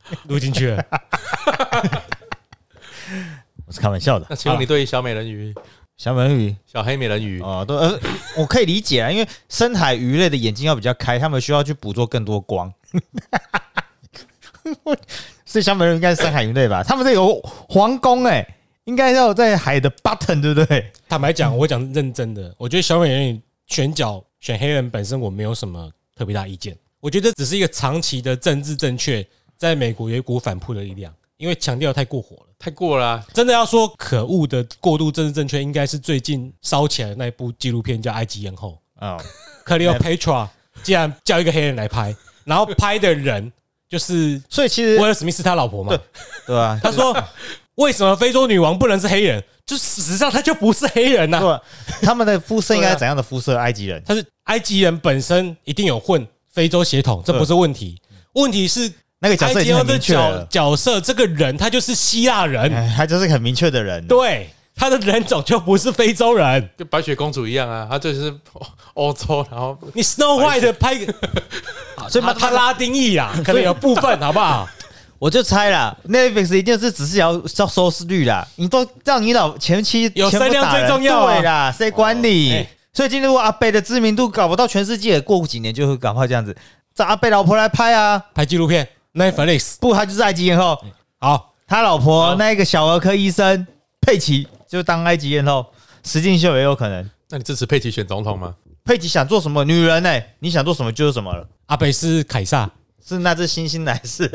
录进去了。 我是开玩笑的。 那请问你对小美人鱼、 小美人鱼、 小黑美人鱼都我可以理解啊，因为深海鱼类的眼睛要比较开，他们需要去捕捉更多光。所以小美人鱼应该是深海鱼类吧？他们这有皇宫应该要在海的 bottom， 对不对？ 坦白讲，我讲认真的，我觉得小美人鱼选角选黑人本身我没有什么特别大意见，我觉得只是一个长期的政治正确，在美国有一股反扑的力量，因为强调太过火了。 太过了啊， 真的要说可恶的过度政治正确，应该是最近烧起来的那一部纪录片叫《埃及艳后》克里奥佩特拉，既然叫一个黑人来拍，然后拍的人就是， 所以其实威尔史密斯他老婆嘛， 对吧？ 他说为什么非洲女王不能是黑人？就事实上他就不是黑人呐、 啊。他们的肤色应该怎样的肤色？埃及人， 他是埃及人本身一定有混非洲血统，这不是问题。问题是那个角色已经很明确了， 角色这个人他就是希腊人， 他就是很明确的人。 对，他的人种就不是非洲人， 跟白雪公主一样啊，他就是欧洲，然后你 Snow White 拍个，所以他拉丁裔啦，可能有部分好不好？ 我就猜啦 ，Netflix 一定是只是要收视率啦，你都让你老前妻有声量最重要对啦，谁管你？所以今天如果阿贝的知名度搞不到全世界，过几年就会赶快这样子找阿贝老婆来拍啊， 拍纪录片 Netflix， 不，他就是埃及艳后。 好， 他老婆那个小儿科医生佩奇就当埃及艳后，石进秀也有可能。 那你支持佩奇选总统吗？ 佩奇想做什么？女人你想做什么就是什么了。 阿贝是凯撒。 是那只猩猩来是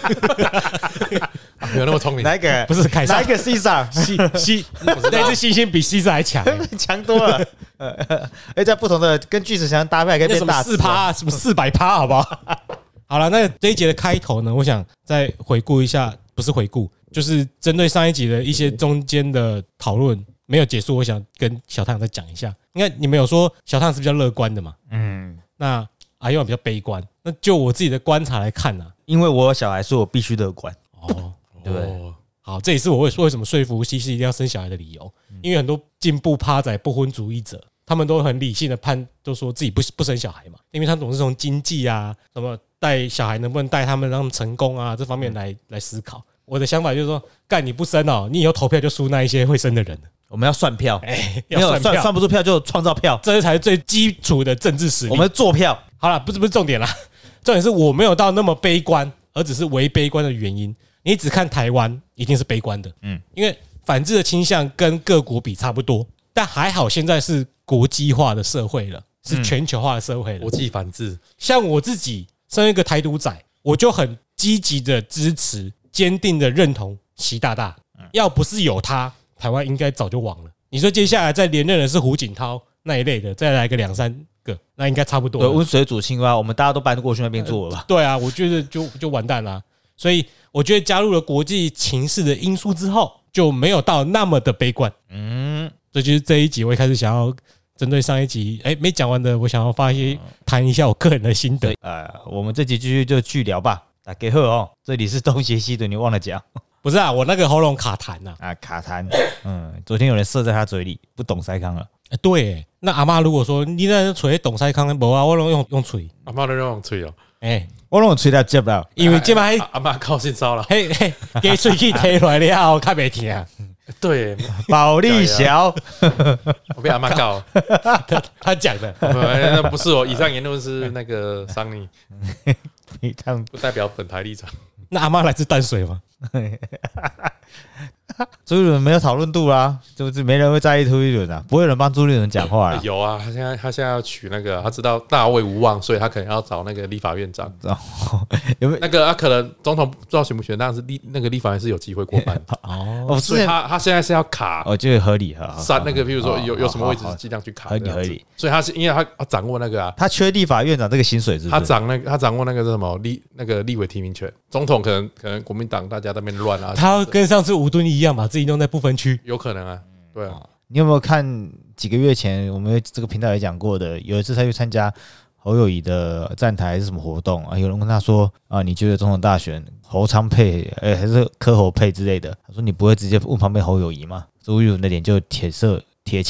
没有那么聪明， 哪一个不是凯撒？ 哪一个 Caesar？ 那只猩猩比 Caesar 还强， 强多了。在不同的跟巨石强搭配，可以变大 4%，什么400%，好不好？好了，那这一节的开头呢，我想再回顾一下，不是回顾，就是针对上一集的一些中间的讨论没有结束，我想跟小太阳再讲一下。因为你们有说小太阳是比较乐观的嘛，那阿勇比较悲观。那就我自己的观察来看呢， 因为我有小孩，所以我必须乐观。 对不对？好，这也是我为什么说服西施一定要生小孩的理由。因为很多进步趴仔不婚主义者，他们都很理性的都说自己不生小孩嘛，因为他总是从经济啊，什么带小孩能不能带他们让他们成功啊这方面来思考。我的想法就是说，干你不生哦，你以后投票就输那一些会生的人。 我们要算票， 没有算不出票就创造票， 这才是最基础的政治实力。 我们做票好了，不是重点啦，重点是我没有到那么悲观，而只是为悲观的原因。你只看台湾，一定是悲观的，因为反制的倾向跟各国比差不多，但还好现在是国际化的社会了，是全球化的社会了。 国际反制， 像我自己身为一个台独仔，我就很积极的支持，坚定的认同习大大。要不是有他，台湾应该早就亡了。你说接下来再连任的是胡锦涛那一类的，再来个2-3个，那应该差不多了。 温水煮青蛙，我们大家都搬过去那边做了吧？ 对啊，我觉得就完蛋了。所以我觉得加入了国际情势的因素之后，就没有到那么的悲观。这就是这一集我一开始想要针对上一集没讲完的，我想要谈一下我个人的心得。 我们这集继续就去聊吧。大家好哦，这里是东邪西毒，你忘了讲。 不是啊，我那个喉咙卡痰呐。 卡痰。昨天有人射在他嘴里，不懂塞康了。 对，那阿妈如果说你那吹懂塞康，无啊，我用吹。 阿妈都用吹哦。 我拢吹到接不了， 因为这嘛阿妈高兴烧了， 给吹气提出来了，看没听。 对， 保利小， 我被阿妈告， 他讲的， 那不是我。以上言论是那个桑尼，不代表本台立场。 那阿妈来自淡水吗？ 朱立伦没有讨论度啦，就是没人会在意朱立伦啊，不会有人帮朱立伦讲话啦。 有啊，他现在要取那个，他知道大位无望，所以他可能要找那个立法院长。有没有那个可能总统不知道选不选，但是那个立法院是有机会过半所以他现在是要卡， 我觉得合理哈。 那个，譬如说有什么位置尽量去卡，合理。所以他是因为他掌握那个他缺立法院长这个薪水是不是？ 他掌握那个是什么立委提名权，总统可能国民党大家在那边乱啊， 他跟上次吴敦义一样把自己弄在不分区， 有可能啊，对啊。 你有没有看几个月前我们这个频道也讲过的，有一次他去参加侯友宜的站台还是什么活动啊？有人问他说你觉得总统大选侯昌配还是柯侯配之类的？他说你不会直接问旁边侯友宜吗？朱立伦的脸就铁青，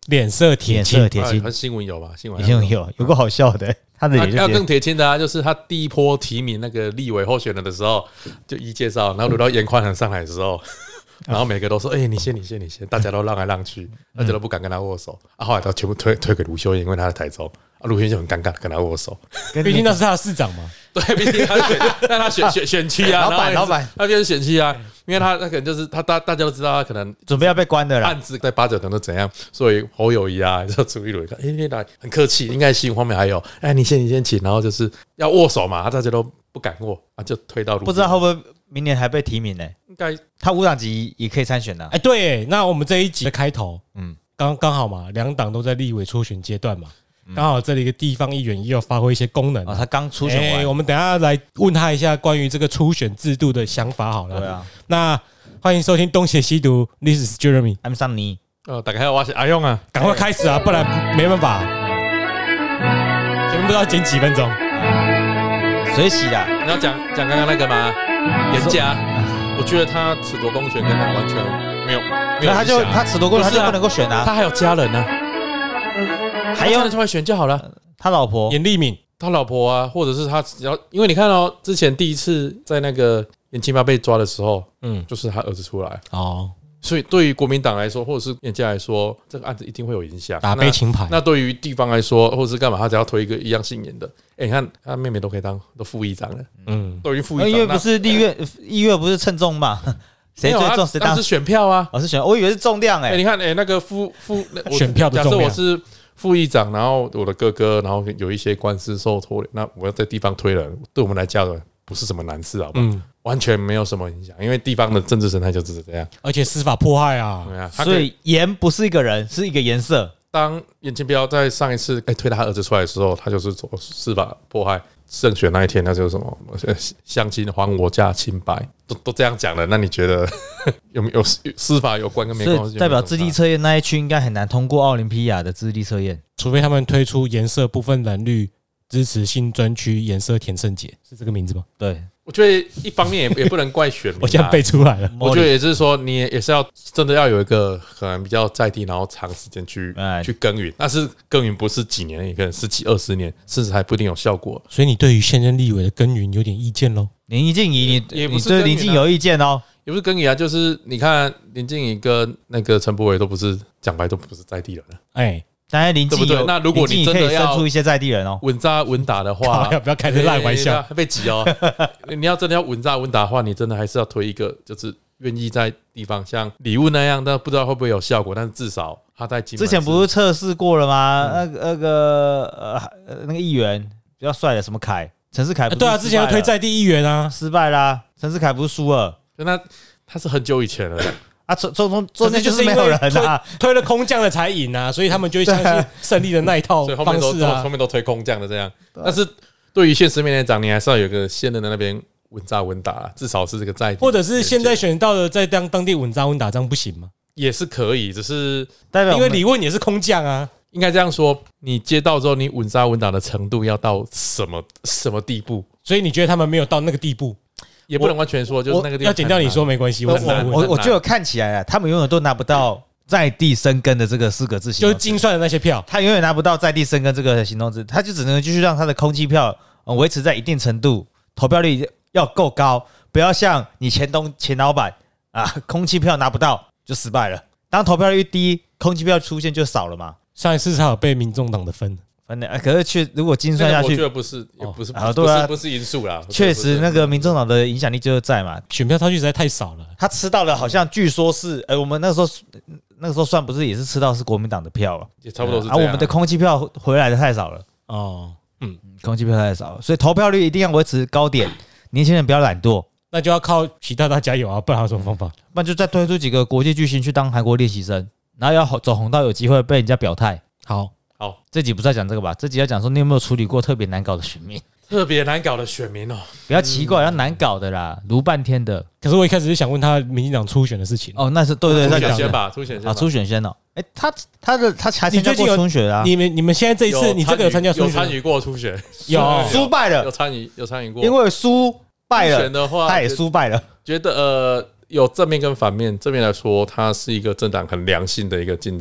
脸色铁青， 新闻有吧？新闻有个好笑的，他的脸要更铁青的啊，就是他第一波提名那个立委候选人的时候，就一介绍，然后轮到严宽恒上来的时候，然后每个都说：“你先，大家都让来让去，大家都不敢跟他握手。”后来都全部推给卢秀燕，因为他在台中，卢秀燕就很尴尬跟他握手， 毕竟那是他的市长嘛。 对，毕竟他选区啊， 老板， 他变成选区啊。因为他可能就是大家都知道他可能准备要被关的啦， 案子在8、9等都怎样，所以侯友宜啊，就朱一伦看，来很客气，应该新闻方面还有，你先请，然后就是要握手嘛，大家都不敢握啊，就推到不知道会不会明年还被提名呢？ 应该他无党籍也可以参选的。 对，那我们这一集的开头，刚好嘛，两党都在立委初选阶段嘛。刚好这里一个地方议员也有发挥一些功能他刚初选完， 我们等一下来问他一下关于这个初选制度的想法好了。 对啊， 那欢迎收听东邪西毒 ，This is Jeremy，I'm Sunny。 大家好，我是阿勇啊， 赶快开始啊，不然没办法。前面不知道剪几分钟， 水洗的。 你要讲刚刚那个吗？严家，我觉得他褫夺公权跟他完全没有， 他褫夺公权，他就不能够选啊， 他还有家人呢。还要出来选就好了。 他老婆严立敏， 他老婆啊，或者是他只要，因为你看哦，之前第一次在那个严清标被抓的时候，就是他儿子出来哦，所以对于国民党来说，或者是严家来说，这个案子一定会有影响， 打悲情牌。 那对于地方来说，或者是干嘛，他只要推一个一样姓严的，你看他妹妹都可以当副议长了，对于副议长， 因为不是议院不是称重嘛。谁最重谁当？ 是选票啊！ 是选，我以为是重量你看那个选票的重量。 假设我是副议长，然后我的哥哥，然后有一些官司受拖累，那我要在地方推人，对我们来讲不是什么难事，好不好？完全没有什么影响，因为地方的政治生态就是这样， 而且司法迫害啊， 所以严不是一个人，是一个颜色。 当严清标在上一次推他儿子出来的时候，他就是走司法迫害。胜选那一天，那就是什么相亲还我家清白，都这样讲了。那你觉得有司法有关跟没关系？ 所以代表智力测验那一区应该很难通过奥林匹亚的智力测验， 除非他们推出颜色不分蓝绿支持性专区颜色田胜杰，是这个名字吗？ 对。 我觉得一方面也不能怪选民， 我现在背出来了。 我觉得也是说，你也是要真的要有一个可能比较在地，然后长时间去耕耘。但是耕耘不是几年，也可能10几20年，甚至还不一定有效果。 所以你对于现任立委的耕耘有点意见喽？ 林静怡， 你对林静有意见哦？ 也不是耕耘啊，就是你看林静怡跟那个陈柏惟都不是讲白都不是在地人了。 当然林静有，那如果你真的要生出一些在地人哦， 稳扎稳打的话， 不要开这烂玩笑， 被挤哦。你要真的要稳扎稳打的话，你真的还是要推一个，就是愿意在地方像礼物那样，但不知道会不会有效果，但是至少他在之前不是测试过了吗？那个议员比较帅的什么凯，陈世凯， 对啊，之前要推在地议员啊， 失败啦。陈世凯不是输了， 那他是很久以前了。 中间就是没有人啊， 推了空降的才赢啊，所以他们就会相信胜利的那一套方式啊。 后面都推空降的这样，但是对于现实面来讲，你还是要有个现任的那边稳扎稳打，至少是这个在地， 或者是现在选到的在当地稳扎稳打，这样不行吗？ 也是可以，只是代表因为李问也是空降啊， 应该这样说，你接到之后，你稳扎稳打的程度要到什么地步？ 所以你觉得他们没有到那个地步？ 也不能完全说，就是那个地方要剪掉你说没关系。 我就有看起来啊，他们永远都拿不到在地生根的这个4个字形容词， 就是精算的那些票， 他永远拿不到在地生根这个形容词，他就只能继续让他的空气票维持在一定程度，投票率要够高，不要像你前老板啊，空气票拿不到就失败了。当投票率低，空气票出现就少了嘛。 上一次才有被民众党的分。 可是如果精算下去， 我觉得不是不是因素啦。 确实，那个民众党的影响力就在嘛， 选票差距实在太少了。 他吃到了，好像据说是，我们那个时候算不是也是吃到是国民党的票了， 也差不多是这样。 我们的空气票回来的太少了。空气票太少了，所以投票率一定要维持高点。年轻人不要懒惰， 那就要靠其他大加油啊，不然还有什么方法？ 不然就再推出几个国际巨星去当韩国练习生，然后要走红到有机会被人家表态。 好， 这集不是在讲这个吧？这集要讲说你有没有处理过特别难搞的选民？ 特别难搞的选民哦， 比较奇怪，要难搞的啦，撸半天的。 可是我一开始是想问他民进党初选的事情。 那是对， 初选先吧，初选先哦。他还参加过初选啊？ 你们现在这一次，你这个有参加初选？ 有参与过初选？ 有输败了， 有参与过。 因为输败了的话， 他也输败了。 觉得有正面跟反面。正面来说，它是一个政党很良性的一个竞争。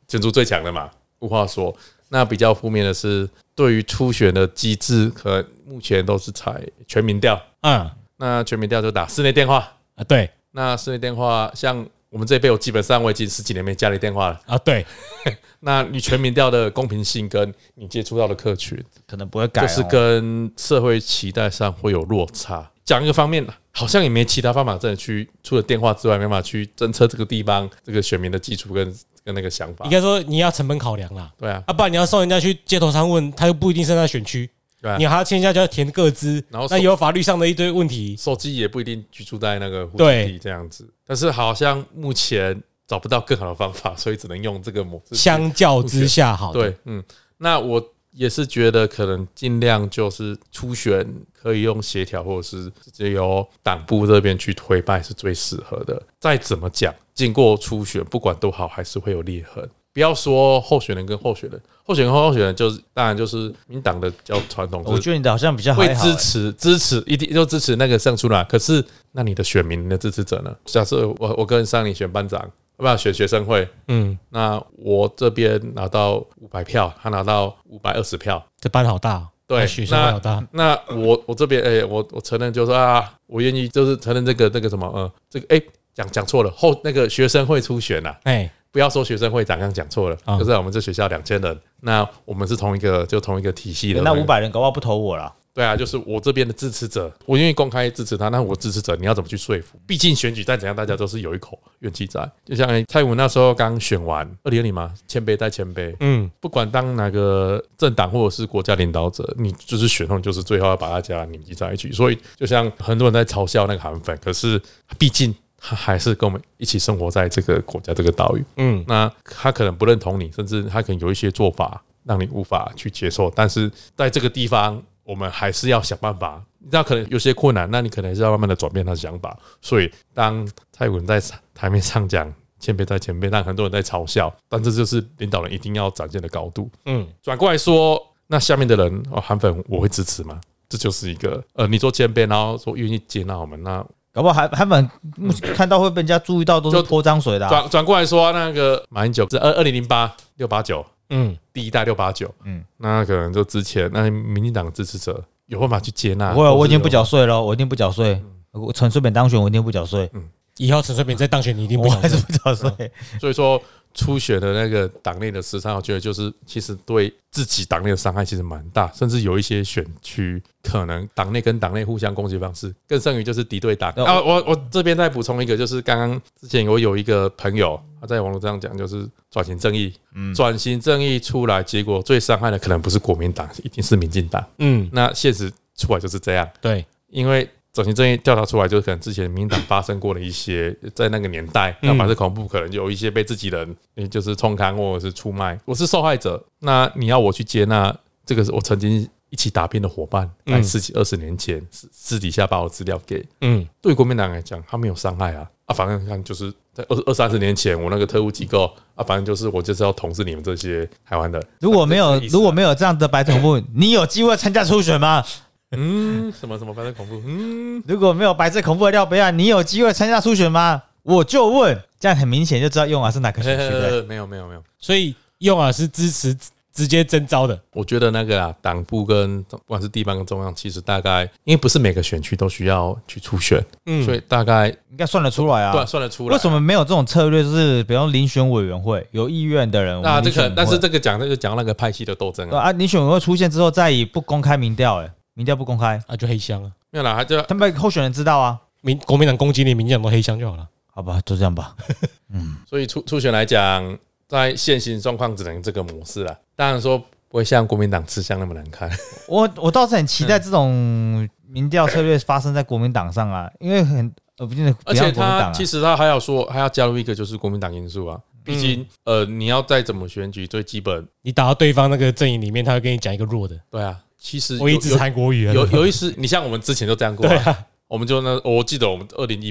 选出最强的嘛，无话说。那比较负面的是，对于初选的机制，可能目前都是采全民调。那全民调就打室内电话啊，对。 那室内电话，像我们这一辈，我基本上我已经10几年没家里电话了啊，对。 那你全民调的公平性跟你接触到的客群， 可能不会改， 就是跟社会期待上会有落差。讲一个方面，好像也没其他方法真的去除了电话之外，没办法去侦测这个地方这个选民的基础跟那个想法。 应该说你要成本考量啦， 对啊， 不然你要送人家去街头上问，他又不一定是在选区，对啊，你还要签下就要填个资，然后那有法律上的一堆问题， 手机也不一定居住在那个户籍地这样子。但是好像目前找不到更好的方法，所以只能用这个模式。 相较之下，好的， 对，那我也是觉得可能尽量就是初选可以用协调，或者是直接由党部这边去推办是最适合的。再怎么讲，经过初选不管多好，还是会有裂痕。不要说候选人跟候选人，候选人跟候选人就是当然就是民党的比较传统， 我觉得你的好像比较会支持，一定就支持那个胜出来。可是那你的选民、你的支持者呢？假设我跟上你选班长。不要选学生会，那我这边拿到500票，他拿到520票， 这班好大， 对， 学生会好大。 那我这边，我承认就是我愿意就是承认这个什么，这个讲错了，那个学生会初选不要说学生会长刚讲错了，就是我们这学校2000人，那我们是同一个体系的， 那500人搞不好不投我了。 对啊，就是我这边的支持者，我愿意公开支持他。那我支持者，你要怎么去说服？毕竟选举再怎样，大家都是有一口怨气在。就像蔡英文那时候刚选完2020嘛，谦卑再谦卑，不管当哪个政党或者是国家领导者，你就是选后就是最后要把大家凝集在一起。所以就像很多人在嘲笑那个韩粉，可是毕竟他还是跟我们一起生活在这个国家这个岛屿，那他可能不认同你，甚至他可能有一些做法让你无法去接受，但是在这个地方。我们还是要想办法，你知道可能有些困难，那你可能是要慢慢的转变他的想法。所以当蔡英文在台面上讲谦卑在前辈，让很多人在嘲笑，但这就是领导人一定要展现的高度。转过来说，那下面的人韩粉我会支持吗？这就是一个你说谦卑，然后说愿意接纳我们，那搞不好韩粉看到会被人家注意到，都是泼脏水的。 转过来说，那个马英九是2008 689。第一代689，那可能就之前那民进党的支持者有办法去接纳。 我一定不缴税了，我一定不缴税。陈水扁当选，我一定不缴税。 以后陈水扁再当选，你一定不还是不缴税。 所以说初选的那个党内的时尚，我觉得就是其实对自己党内的伤害其实蛮大，甚至有一些选区可能党内跟党内互相攻击方式更胜于就是敌对党。我这边再补充一个，就是刚刚之前我有一个朋友他在网络上讲，就是转型正义，转型正义出来，结果最伤害的可能不是国民党，一定是民进党。那现实出来就是这样。 对， 因为转型正义调查出来，就是可能之前民进党发生过的一些，在那个年代，那白色恐怖可能有一些被自己人，就是冲康或者是出卖。我是受害者，那你要我去接纳这个是我曾经一起打拼的伙伴，在10几20年前私底下把我资料给，对国民党来讲，他没有伤害啊，反正看就是在20-30年前，我那个特务机构反正就是我就是要统治你们这些台湾的。 如果没有这样的白色恐怖，你有机会参加初选吗？ 什么白色恐怖？ 如果没有白色恐怖的廖北亚，你有机会参加初选吗？我就问，这样很明显就知道用啊是哪个选区的。 没有， 所以用啊是支持直接征召的。 我觉得那个党部跟不管是地方跟中央，其实大概因为不是每个选区都需要去初选，所以大概应该算得出来啊。 对，算得出来。 为什么没有这种策略？就是比方遴选委员会有意愿的人， 那这个但是这个讲那个派系的斗争啊。遴选委员会出现之后，再以不公开民调，民调不公开就黑箱啊。 没有啦， 他们候选人知道啊。 国民党攻击你，民进党都黑箱就好了。 好吧，就这样吧。 所以初选来讲，在现行状况只能这个模式了。当然说不会像国民党吃相那么难看。 我倒是很期待这种民调策略发生在国民党上啊，因为而且他其实他还要说还要加入一个就是国民党因素啊。毕竟你要再怎么选举，最基本你打到对方那个阵营里面，他会跟你讲一个弱的。 对啊，其实我一直韩国语有一次，你像我们之前就这样过啊。我们就我记得我们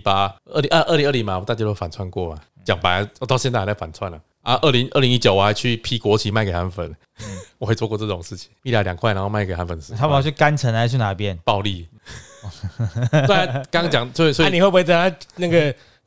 2020嘛，大家都反串过嘛。讲白了，到现在还在反串了啊。2019我还去批国旗卖给韩粉，我会做过这种事情，1来2块，然后卖给韩粉丝。 他们要去干城还是去哪边？ 暴力。对啊，刚刚讲，所以你会不会在他那个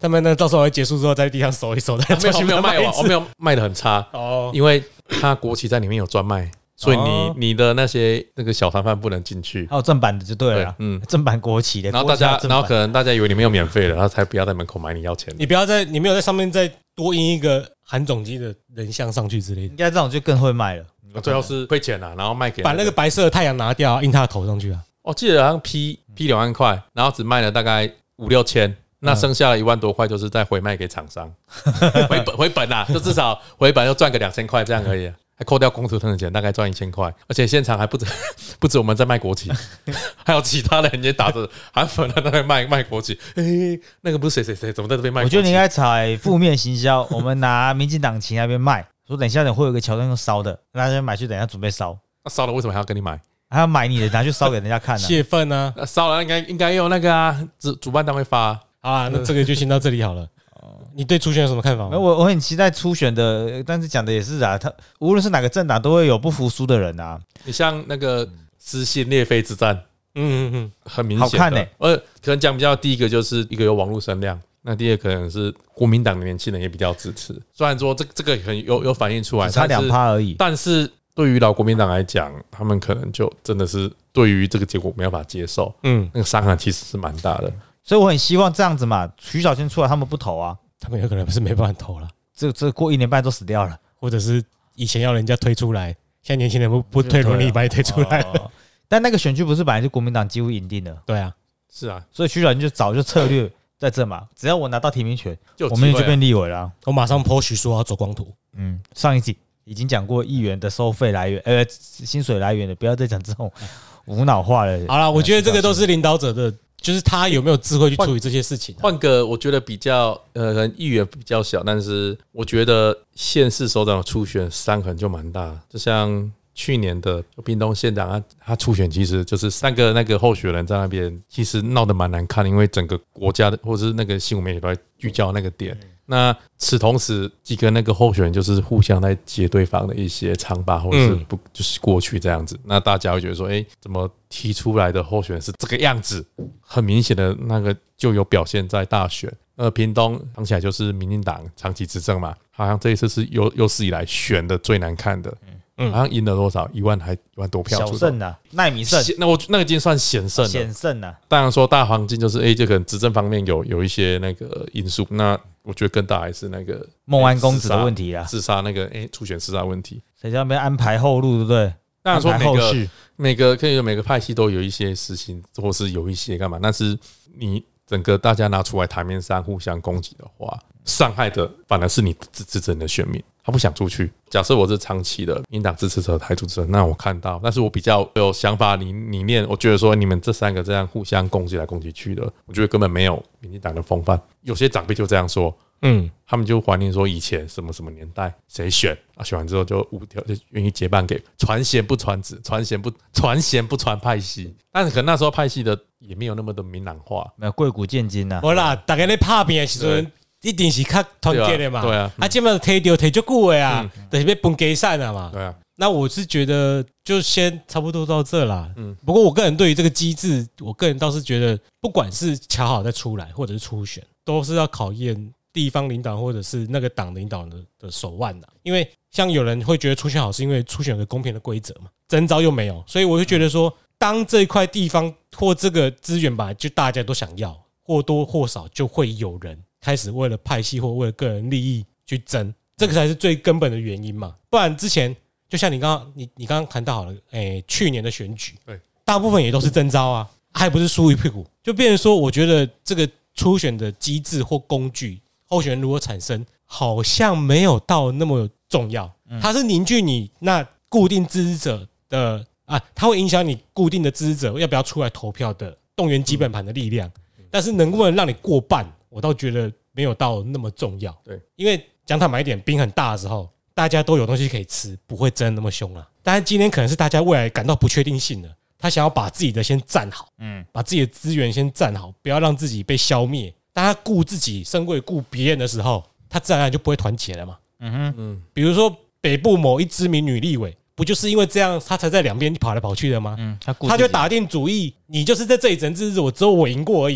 他们那到时候结束之后，在地上收一收， 没有卖完，我没有卖的很差哦，因为他国旗在里面有专卖。所以你的那个小摊贩不能进去， 还有正版的就对了，正版国旗的， 然后可能大家以为你没有免费的，然后才不要在门口买你要钱的。 你没有在上面再多印一个韩总机的人像上去之类的， 应该这种就更会卖了。 最后是亏钱了，然后卖给把那个白色的太阳拿掉，印他的头上去啊。 我记得好像批2万块，然后只卖了大概5、6千。那剩下的1万多块就是再回卖给厂商，回本啦，就至少回本又赚个2000块这样而已。还扣掉工图腾的钱，大概赚1000块，而且现场还不止我们在卖国旗，还有其他人也打着韩粉在那卖国旗。那个不是谁怎么在这边卖国旗？ 我觉得你应该采负面行销，我们拿民进党旗那边卖，说等一下会有一个桥段用烧的，大家买去等一下准备烧。 那烧了为什么还要跟你买？ 还要买你的拿去烧给人家看呢？ 泄愤啊！ 烧了应该有那个啊，主办单位发。 好啊，那这个就先到这里好了。你对初选有什么看法吗？ 我很期待初选的，但是讲的也是啊，他无论是哪个政党都会有不服输的人啊。 你像那个私信列飞之战，很明显的， 好看欸。 可能讲比较第一个就是一个有网络声量，那第二可能是国民党的年轻人也比较支持。虽然说这个很有反映出来， 只差2%而已， 但是对于老国民党来讲，他们可能就真的是对于这个结果没办法接受，那个伤害其实是蛮大的。 所以我很希望这样子嘛，徐小清出来他们不投啊。 他们有可能是没办法投了， 这过1年半都死掉了， 或者是以前要人家推出来，现在年轻人不推轮椅把你推出来了。 但那个选区不是本来就国民党几乎赢定了？ 对啊， 是啊， 所以徐小清就早就策略在这嘛，只要我拿到提名权，我们就变立委了。 我马上 po 许说要走光图。 上一集已经讲过议员的收费来源，薪水来源了，不要再讲这种无脑话了。 好了，我觉得这个都是领导者的。就是他有没有智慧去处理这些事情？ 换个我觉得比较可能议员比较小，但是我觉得县市首长的初选伤痕就蛮大。就像去年的屏东县长，他初选其实就是3个那个候选人在那边，其实闹得蛮难看的，因为整个国家的或者是那个新闻媒体都在聚焦那个点。那此同时，几个那个候选人就是互相在揭对方的一些疮疤，或者是不就是过去这样子。那大家会觉得说，怎么提出来的候选人是这个样子？很明显的那个就有表现在大选。屏东讲起来就是民进党长期执政嘛，好像这一次是有史以来选的最难看的。好像赢了多少1万多票， 小胜啊，奈米胜。 那个已经算险胜了， 险胜啊。 当然说大环境就是这可能执政方面有一些那个因素。那我觉得更大还是那个孟安公子的问题啊， 自杀那个初选自杀问题， 谁在那边安排后路，对不对？ 当然说每个派系都有一些事情，或是有一些干嘛，但是你整个大家拿出来台面上互相攻击的话，伤害的反而是你支持的选民，他不想出去。假设我是长期的民进党支持者、台独支持者，那我看到，但是我比较有想法理念，我觉得说你们这3个这样互相攻击来攻击去的，我觉得根本没有民进党的风范。有些长辈就这样说，他们就怀念说以前什么什么年代谁选啊，选完之后就无条就愿意接棒给传贤不传子，传贤不传派系。但是可能那时候派系的也没有那么的明朗化， 没有贵古见今呐。 没啦，大家在拍片的时候一定是较团结的嘛。 对啊， 基本上提足久的啊，就是要分家产啊嘛。 对啊。 那我是觉得就先差不多到这啦。不过我个人对于这个机制，我个人倒是觉得，不管是巧好再出来，或者是初选，都是要考验地方领导或者是那个党领导的手腕的。因为像有人会觉得初选好，是因为初选有个公平的规则嘛，征召又没有，所以我就觉得说，当这一块地方或这个资源吧，就大家都想要，或多或少就会有人开始为了派系或为了个人利益去争，这个才是最根本的原因嘛。不然之前就像你刚刚谈到好了，去年的选举，对，大部分也都是征召啊，还不是输一屁股，就变成说，我觉得这个初选的机制或工具，候选人如何产生，好像没有到那么重要。它是凝聚你那固定支持者的它会影响你固定的支持者要不要出来投票的动员基本盘的力量，但是能不能让你过半，我倒觉得没有到那么重要。对，因为讲坦白一点，兵很大的时候，大家都有东西可以吃，不会争那么凶啊。但是今天可能是大家未来感到不确定性了，他想要把自己的先站好，把自己的资源先站好，不要让自己被消灭。当他顾自己胜过顾别人的时候，他自然而然就不会团结了嘛。比如说北部某一知名女立委，不就是因为这样，他才在两边跑来跑去的吗？他就打定主意，你就是在这里整治，我只有我赢过而已啊。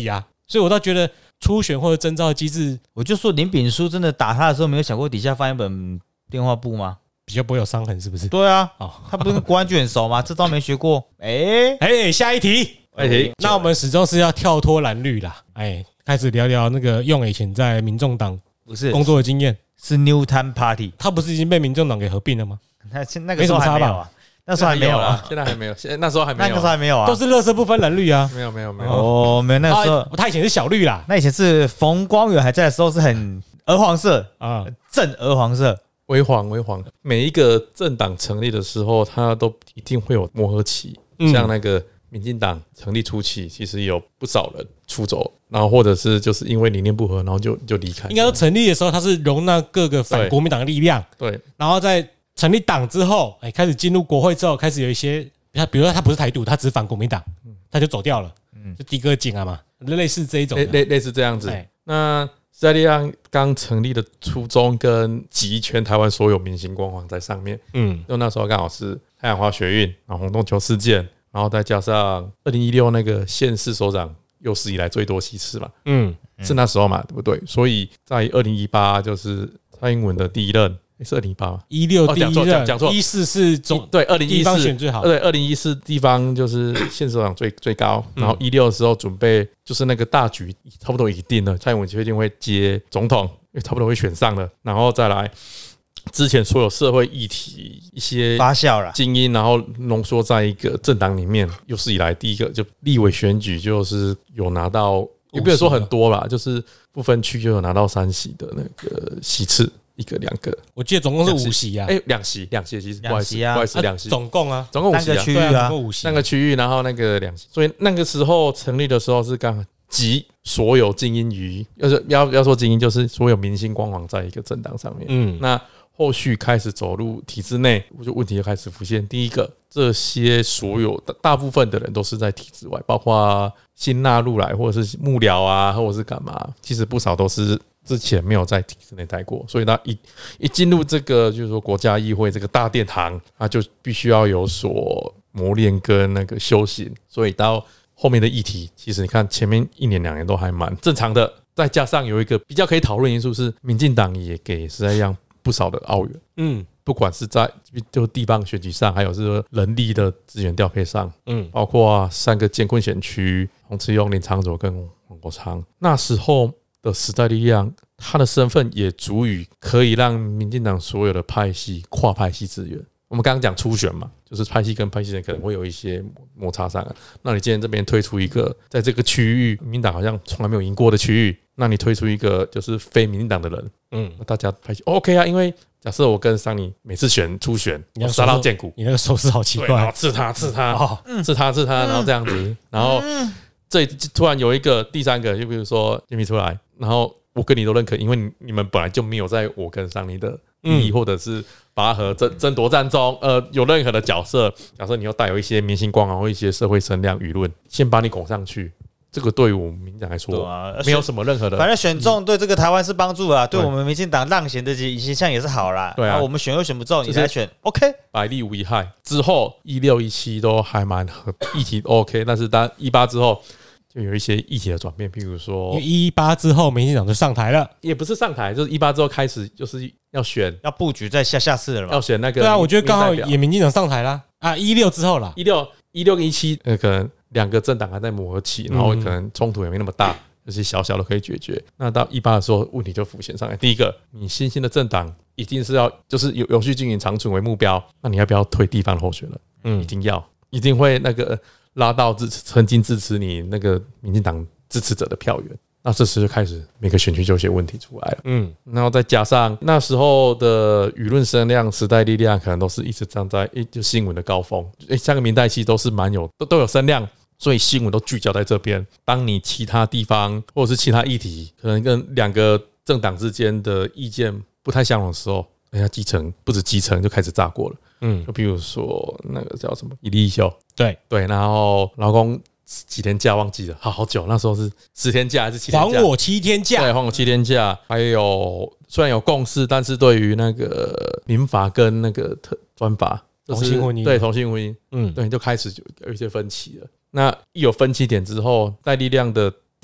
所以我倒觉得初选或者征召的机制， 我就说林炳书真的打他的时候，没有想过底下放一本电话簿吗？ 比较不会有伤痕，是不是？ 对啊，他不是跟国安局很熟吗？这招没学过。 下一题，那我们始终是要跳脱蓝绿啦，开始聊聊那个用以前在民众党不是工作的经验， 是 New Time Party， 他不是已经被民众党给合并了吗？ 那个时候还没有啊，那时候还没有啊， 现在还没有，那时候还没有， 那个时候还没有啊， 都是垃圾不分蓝绿啊， 没有哦，没有那时候他以前是小绿啦， 那以前是冯光远还在的时候是很鹅黄色啊，正鹅黄色。 微黄，每一个政党成立的时候，它都一定会有磨合期。像那个民进党成立初期，其实有不少人出走，然后或者是就是因为理念不合，然后就离开。 应该说成立的时候，它是容纳各个反国民党的力量， 对。然后在成立党之后，开始进入国会之后，开始有一些，比如说他不是台独，他只是反国民党，他就走掉了，就低个警啊嘛，类似这一种， 类似这样子。那时代力量刚成立的初衷跟集全台湾所有明星光环在上面，就那时候刚好是太阳花学运，然后红洞球事件，然后再加上2016那个县市首长有史以来最多席次嘛，是那时候嘛，对不对？所以在2018就是蔡英文的第一任。是2018吗 ？16第一任， 讲错 ，14是对，2014 地方选最好， 对，2014地方就是县首长最高，然后16的时候准备就是那个大局差不多已定了，蔡英文确定会接总统，因为差不多会选上了，然后再来之前所有社会议题一些发酵了精英，然后浓缩在一个政党里面，有史以来第一个就立委选举就是有拿到，也不能说很多啦，就是不分区就有拿到3席的那个席次。1个2个， 我记得总共是5席啊 ，2席其实不好意思，2席， 总共 5席啊，区域啊 ，5席， 那个区域，然后那个2席，所以那个时候成立的时候是刚集所有精英于，要说精英，就是所有明星光环在一个政党上面，那后续开始走入体制内，就问题就开始浮现。第一个，这些所有大部分的人都是在体制外，包括新纳入来或者是幕僚啊，或者是干嘛，其实不少都是之前没有在体制内待过，所以他一进入这个就是说国家议会这个大殿堂，他就必须要有所磨练跟那个修行，所以到后面的议题，其实你看前面1年2年都还蛮正常的，再加上有一个比较可以讨论因素是，民进党也给时代力量不少的澳元，不管是在就地方选举上，还有是人力的资源调配上，包括3个艰困选区，洪慈庸、林昶佐跟黄国昌，那时候的时代力量，他的身份也足以可以让民进党所有的派系跨派系支援。我们刚刚讲初选嘛，就是派系跟派系可能会有一些摩擦上，那你今天这边推出一个在这个区域民进党好像从来没有赢过的区域，那你推出一个就是非民进党的人，大家派系 OK 啊，因为假设我跟桑尼每次初选杀到剑骨， 你那个手势好奇怪， 刺他，然后这样子，然后这突然有一个第3个，就比如说杰米出来，然后我跟你都认可，因为你们本来就没有在我跟桑尼的利益或者是拔河争夺战中有任何的角色，假设你又带有一些明星光环或一些社会声量舆论，先把你拱上去，这个对于我们民进党来说没有什么任何的， 反正选中对这个台湾是帮助啊，对我们民进党让贤的形象也是好啦。对啊，我们选又选不中，你来选 OK， 百利无一害。之后16、17都还蛮议题 OK， 但是当18之后就有一些议题的转变，譬如说 18之后民进党就上台了， 也不是上台，就是18之后开始就是要选， 要布局在下次了嘛， 要选那个。 对啊，我觉得刚好也民进党上台啦啊，16之后啦 ，16跟17可能2个政党还在磨合期，然后可能冲突也没那么大，就是小小的可以解决。那到18的时候，问题就浮现上来。第一个，你新兴的政党一定是要就是永续经营长存为目标，那你要不要推地方的候选人？一定会那个拉到曾经支持你那个民进党支持者的票源。那这时就开始每个选区就有些问题出来了，然后再加上那时候的舆论声量，时代力量可能都是一直站在就新闻的高峰，3个民代期都是都有声量，所以新闻都聚焦在这边。当你其他地方或者是其他议题可能跟2个政党之间的意见不太相同的时候，人家基层不止基层就开始炸锅了，就比如说那个叫什么一例一休，对，然后劳工几天假忘记了，好久，那时候是10天假还是7天假？ 还我7天假， 对，还我7天假。还有虽然有共识，但是对于那个民法跟那个专法， 同性婚姻， 对同性婚姻，对，就开始有一些分歧了。那一有分歧点之后，在力量的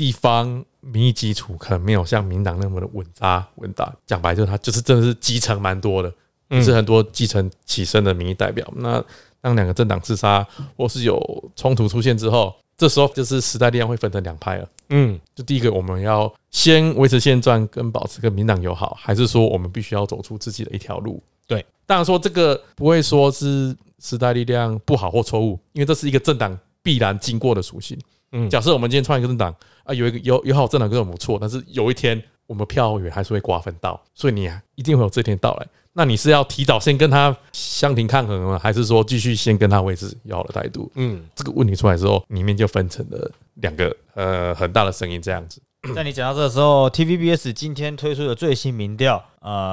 地方民意基础可能没有像民党那么的稳扎稳打，讲白就是他就是真的是基层蛮多的，是很多基层起身的民意代表。那当两个政党自杀或是有冲突出现之后，这时候就是时代力量会分成两派了。就第一个，我们要先维持现状跟保持跟民党友好，还是说我们必须要走出自己的一条路？ 对， 当然说这个不会说是时代力量不好或错误，因为这是一个政党必然经过的属性。假设我们今天创一个政党啊，有好政党跟我们不错，但是有一天我们票源还是会瓜分到，所以你一定会有这天到来。那你是要提早先跟他相提抗衡呢，还是说继续先跟他维持友好的态度？这个问题出来之后，里面就分成了两个很大的声音这样子。 在你讲到这个时候 ，TVBS 今天推出的最新民调，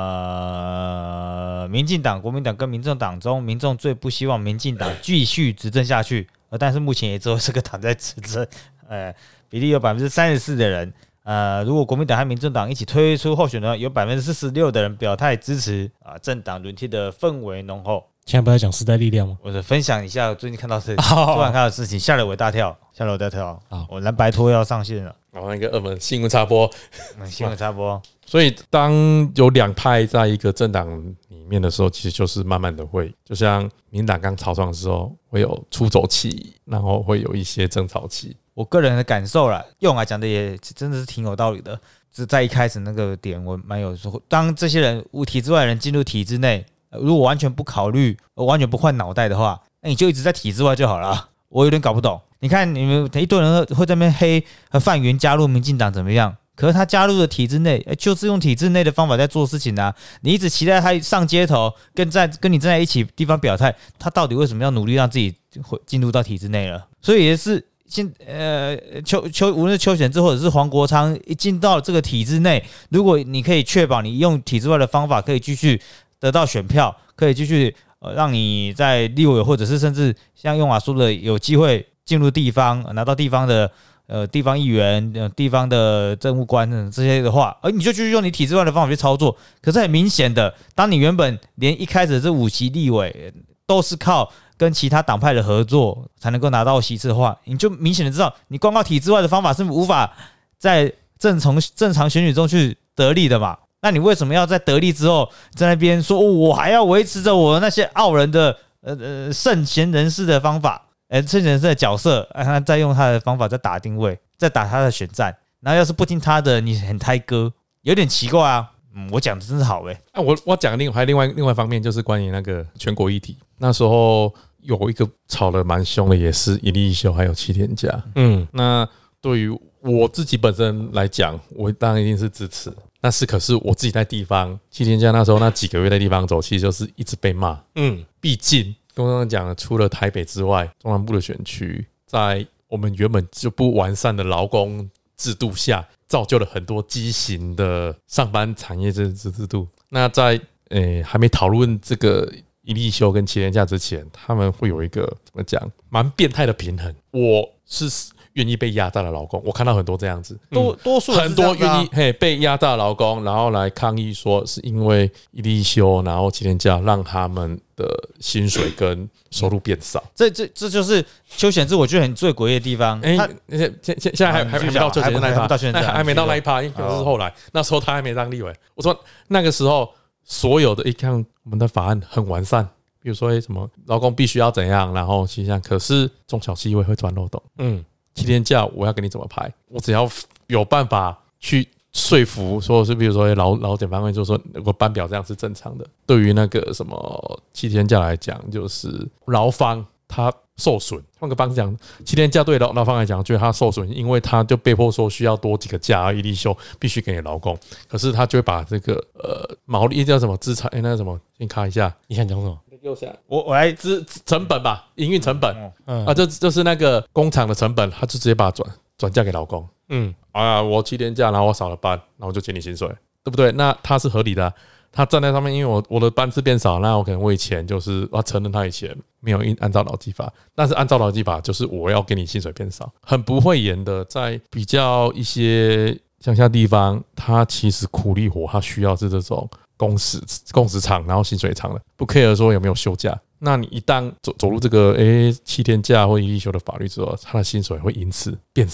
民进党、国民党跟民众党中，民众最不希望民进党继续执政下去，但是目前也只有这个党在执政，比例有34%的人。如果国民党和民众党一起推出候选人，有46%的人表态支持政党轮替的氛围浓厚。 现在不在讲时代力量吗？ 我分享一下最近看到突然看到的事情，吓了我一大跳，我蓝白拖要上线了。 那个二门新闻插播， 所以当有两派在一个政党里面的时候，其实就是慢慢的会，就像民党刚草创的时候会有出走期，然后会有一些争吵期。 我个人的感受啦，用来讲的也真的是挺有道理的。只在一开始那个点，我蛮有说，当这些人体制外的人进入体制内，如果完全不考虑，完全不换脑袋的话，那你就一直在体制外就好了。我有点搞不懂。你看你们一堆人会在那边黑范云加入民进党怎么样？可是他加入的体制内，就是用体制内的方法在做事情啊！你一直期待他上街头，跟你站在一起地方表态，他到底为什么要努力让自己进入到体制内了？所以也是无论是邱显智或者是黄国昌一进到这个体制内，如果你可以确保你用体制外的方法可以继续得到选票，可以继续让你在立委或者是甚至像用华说的有机会进入地方，拿到地方的地方议员、地方的政务官这些的话，而你就继续用你体制外的方法去操作。可是很明显的，当你原本连一开始这5席立委都是靠跟其他党派的合作才能够拿到席次的话，你就明显的知道，你光靠体制外的方法是无法在正常选举中去得利的嘛。那你为什么要在得利之后在那边说，我还要维持着我那些傲人的圣贤人士的方法，圣贤人士的角色，他再用他的方法再打定位，再打他的选战，然后要是不听他的，你很胎哥，有点奇怪啊。我讲的真是好我讲还另外一方面就是关于那个全国议题，那时候有一个吵得蛮凶的，也是一例一休还有7天假。那对于我自己本身来讲，我当然一定是支持。可是我自己在地方7天假那时候那几个月在地方走，其实就是一直被骂。毕竟刚刚讲了，除了台北之外，中南部的选区在我们原本就不完善的劳工制度下，造就了很多畸形的上班产业制度。那在还没讨论这个一例休跟7天假之前，他们会有一个怎么讲蛮变态的平衡。我是愿意被压榨的劳工，我看到很多这样子， 多数很多愿意被压榨的劳工，然后来抗议说是因为一例一休，然后7天假让他们的薪水跟收入变少。 这就是邱显智我觉得很最诡异的地方。 现在还没到邱显智那一趴，还没到那一趴，因为是后来那时候他还没当立委。我说那个时候所有的看我们的法案很完善。比如说什么劳工必须要怎样，然后其实可是中小企业会钻漏洞。7天假我要给你怎么排？我只要有办法去说服，说是比如说劳检方面就说我班表这样是正常的。对于那个什么7天假来讲，就是劳方他受损。换个方式讲，7天假对劳方来讲，觉得他受损，因为他就被迫说需要多几个假，一例休必须给你劳工。可是他就会把这个毛利叫什么资产那个什么，先看一下， 你想讲什么？ 我来成本吧，营运成本这就是那个工厂的成本，他就直接把它转嫁给劳工。我7天假，然后我少了班，然后我就减你薪水，对不对？那他是合理的啊。他站在上面，因为我的班次变少，那我可能我以前就是要承认他以前没有按照劳基法，但是按照劳基法就是我要给你薪水变少，很不会演的。在比较一些乡下地方，他其实苦力活，他需要是这种工时长，然后薪水长的，不 care 说有没有休假。那你一旦走入这个7天假或一例休的法律之后，他的薪水会因此变少。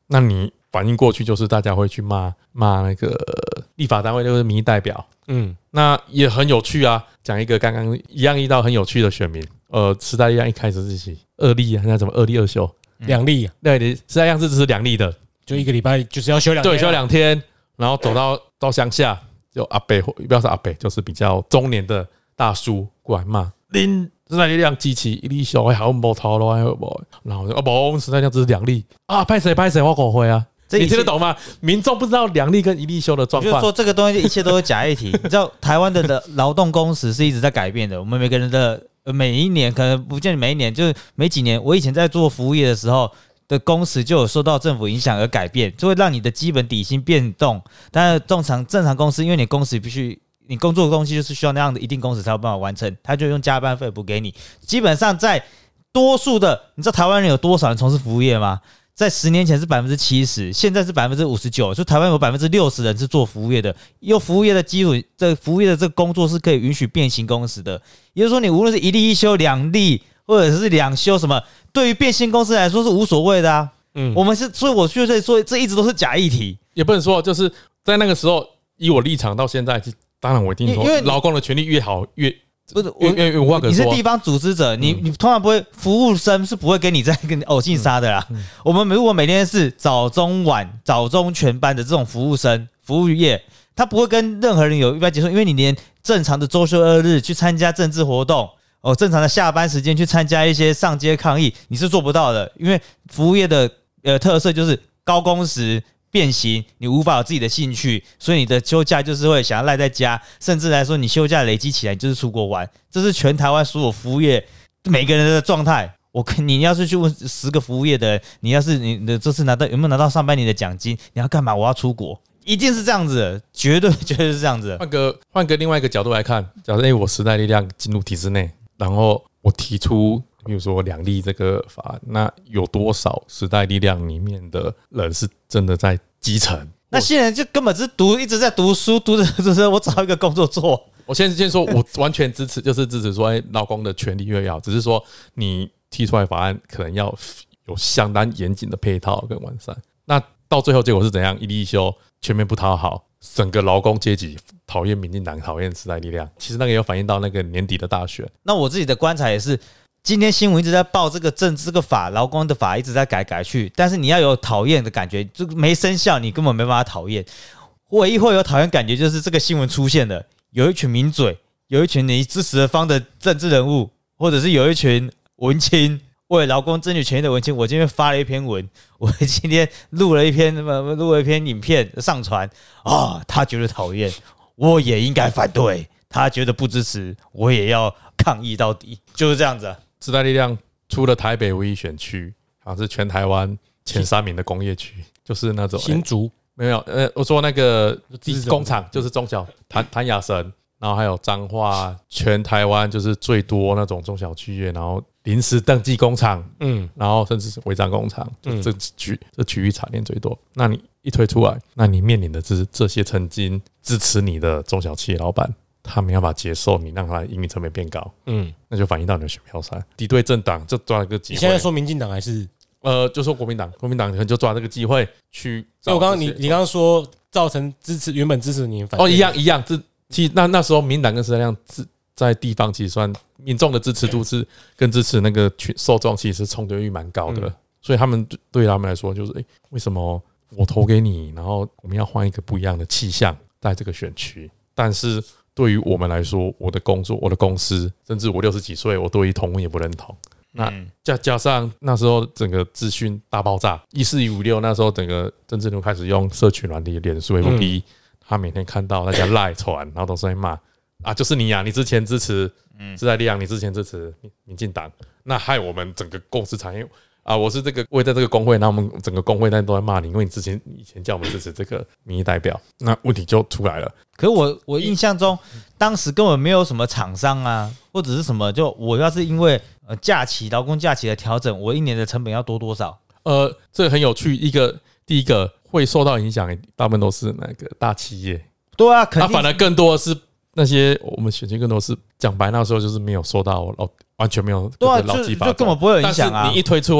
那你反映过去就是大家会去骂那个立法单位，就是民意代表。那也很有趣啊。讲一个刚刚一样遇到很有趣的选民，时代力量一开始是2例啊，那怎么2例2休 2例？ 对，时代力量是只是2例的， 就一个礼拜就是要休2天， 对，休2天，然后走到乡下，就阿伯，不要说阿伯，就是比较中年的大叔过来骂，恁时代力量支持1例休，还无头路，然后我们时代力量只是2例啊，拍谁我误会啊。你听得懂吗？民众不知道2例跟1例休的状况， 就是说这个东西一切都是假议题。你知道台湾的劳动工时是一直在改变的，我们每个人的每一年可能不见每一年，就是每几年。我以前在做服务业的时候的工时就有受到政府影响而改变，就会让你的基本底薪变动。但是正常公司，因为你工时必须。你工作的东西就是需要那样的一定工时才有办法完成，他就用加班费补给你。基本上在多数的，你知道台湾人有多少人从事服务业吗？在10年前是70%，现在是59%，就台湾有60%人是做服务业的。有服务业的基础，这服务业的这个工作是可以允许变形工时的。也就是说，你无论是1例1休、2例，或者是2休什么，对于变形公司来说是无所谓的啊。我们是，所以我就在说，这一直都是假议题。 也不能说，就是在那个时候，以我立场到现在，当然我一定说，劳工的权利越好越。不是越无话可说。 你是地方组织者，你通常不会，服务生是不会跟你在跟偶性杀的啦。我们如果每天是早中晚、早中全班的这种服务生、服务业，他不会跟任何人有一般接触，因为你连正常的周休2日去参加政治活动，正常的下班时间去参加一些上街抗议，你是做不到的，因为服务业的特色就是高工时。变形，你无法有自己的兴趣，所以你的休假就是会想要赖在家，甚至来说，你休假累积起来就是出国玩，这是全台湾所有服务业每个人的状态。你要是去问10个服务业的人，你要是你的这次有没有拿到上半年的奖金？你要干嘛？我要出国，一定是这样子的，绝对是这样子的。 换个另外一个角度来看，假设我时代力量进入体制内，然后我提出。比如说2例这个法案，那有多少时代力量里面的人是真的在基层？ 那些人就根本是一直在读书，读着我找一个工作做。 我先说，我完全支持，就是支持说，劳工的权利越要，只是说你提出来法案可能要有相当严谨的配套跟完善。那到最后结果是怎样？1例1休全面不讨好，整个劳工阶级讨厌民进党，讨厌时代力量。其实那个有反映到那个年底的大选。 那我自己的观察也是。今天新闻一直在报这个法，劳工的法一直在改去，但是你要有讨厌的感觉，就没生效，你根本没办法讨厌。唯一会有讨厌感觉，就是这个新闻出现了，有一群名嘴，有一群你支持的方的政治人物，或者是有一群文青，为劳工争取权益的文青。我今天发了一篇文，我今天录了一篇影片上传他觉得讨厌，我也应该反对；他觉得不支持，我也要抗议到底，就是这样子。 时代力量除了台北唯一选区，好像是全台湾前3名的工业区，就是那种新竹没有我说那个工厂就是中小谭雅神，然后还有彰化，全台湾就是最多那种中小企业，然后临时登记工厂，然后甚至是违章工厂，这区域产业最多。那你一推出来，那你面临的是这些曾经支持你的中小企业老板。他没办法接受你让他营运成本变高，那就反映到你的选票上。敌对政党就抓了个机会。 你现在说民进党还是就说国民党可能就抓这个机会去。 所以我你刚刚说造成原本支持你反对一样。其实那时候民进党跟时代力量在地方其实算民众的支持度是跟支持那个受众其实重叠率蛮高的，所以他们对他们来说就是为什么我投给你，然后我们要换一个不一样的气象在这个选区，但是。对于我们来说，我的工作、我的公司，甚至我60几岁，我对于同婚也不认同。那加上那时候整个资讯大爆炸，14156那时候整个政治人物开始用社群软体、脸书、FB，他每天看到大家赖传，然后都是在骂就是你呀，你之前支持时代力量，你之前支持民进党，那害我们整个公司产业。我是我也在这个工会，那我们整个工会但都在骂你，因为你以前叫我们支持这个民意代表，那问题就出来了。 可是我印象中，当时根本没有什么厂商啊，或者是什么，就我要是因为劳工假期的调整，我1年的成本要多少？ 这个很有趣。第一个会受到影响，大部分都是那个大企业。 对啊，肯定。 反而更多的是那些我们选区更多是讲白，那时候就是没有受到完全没有劳基法， 就根本不会有影响啊。 但是你一推出来，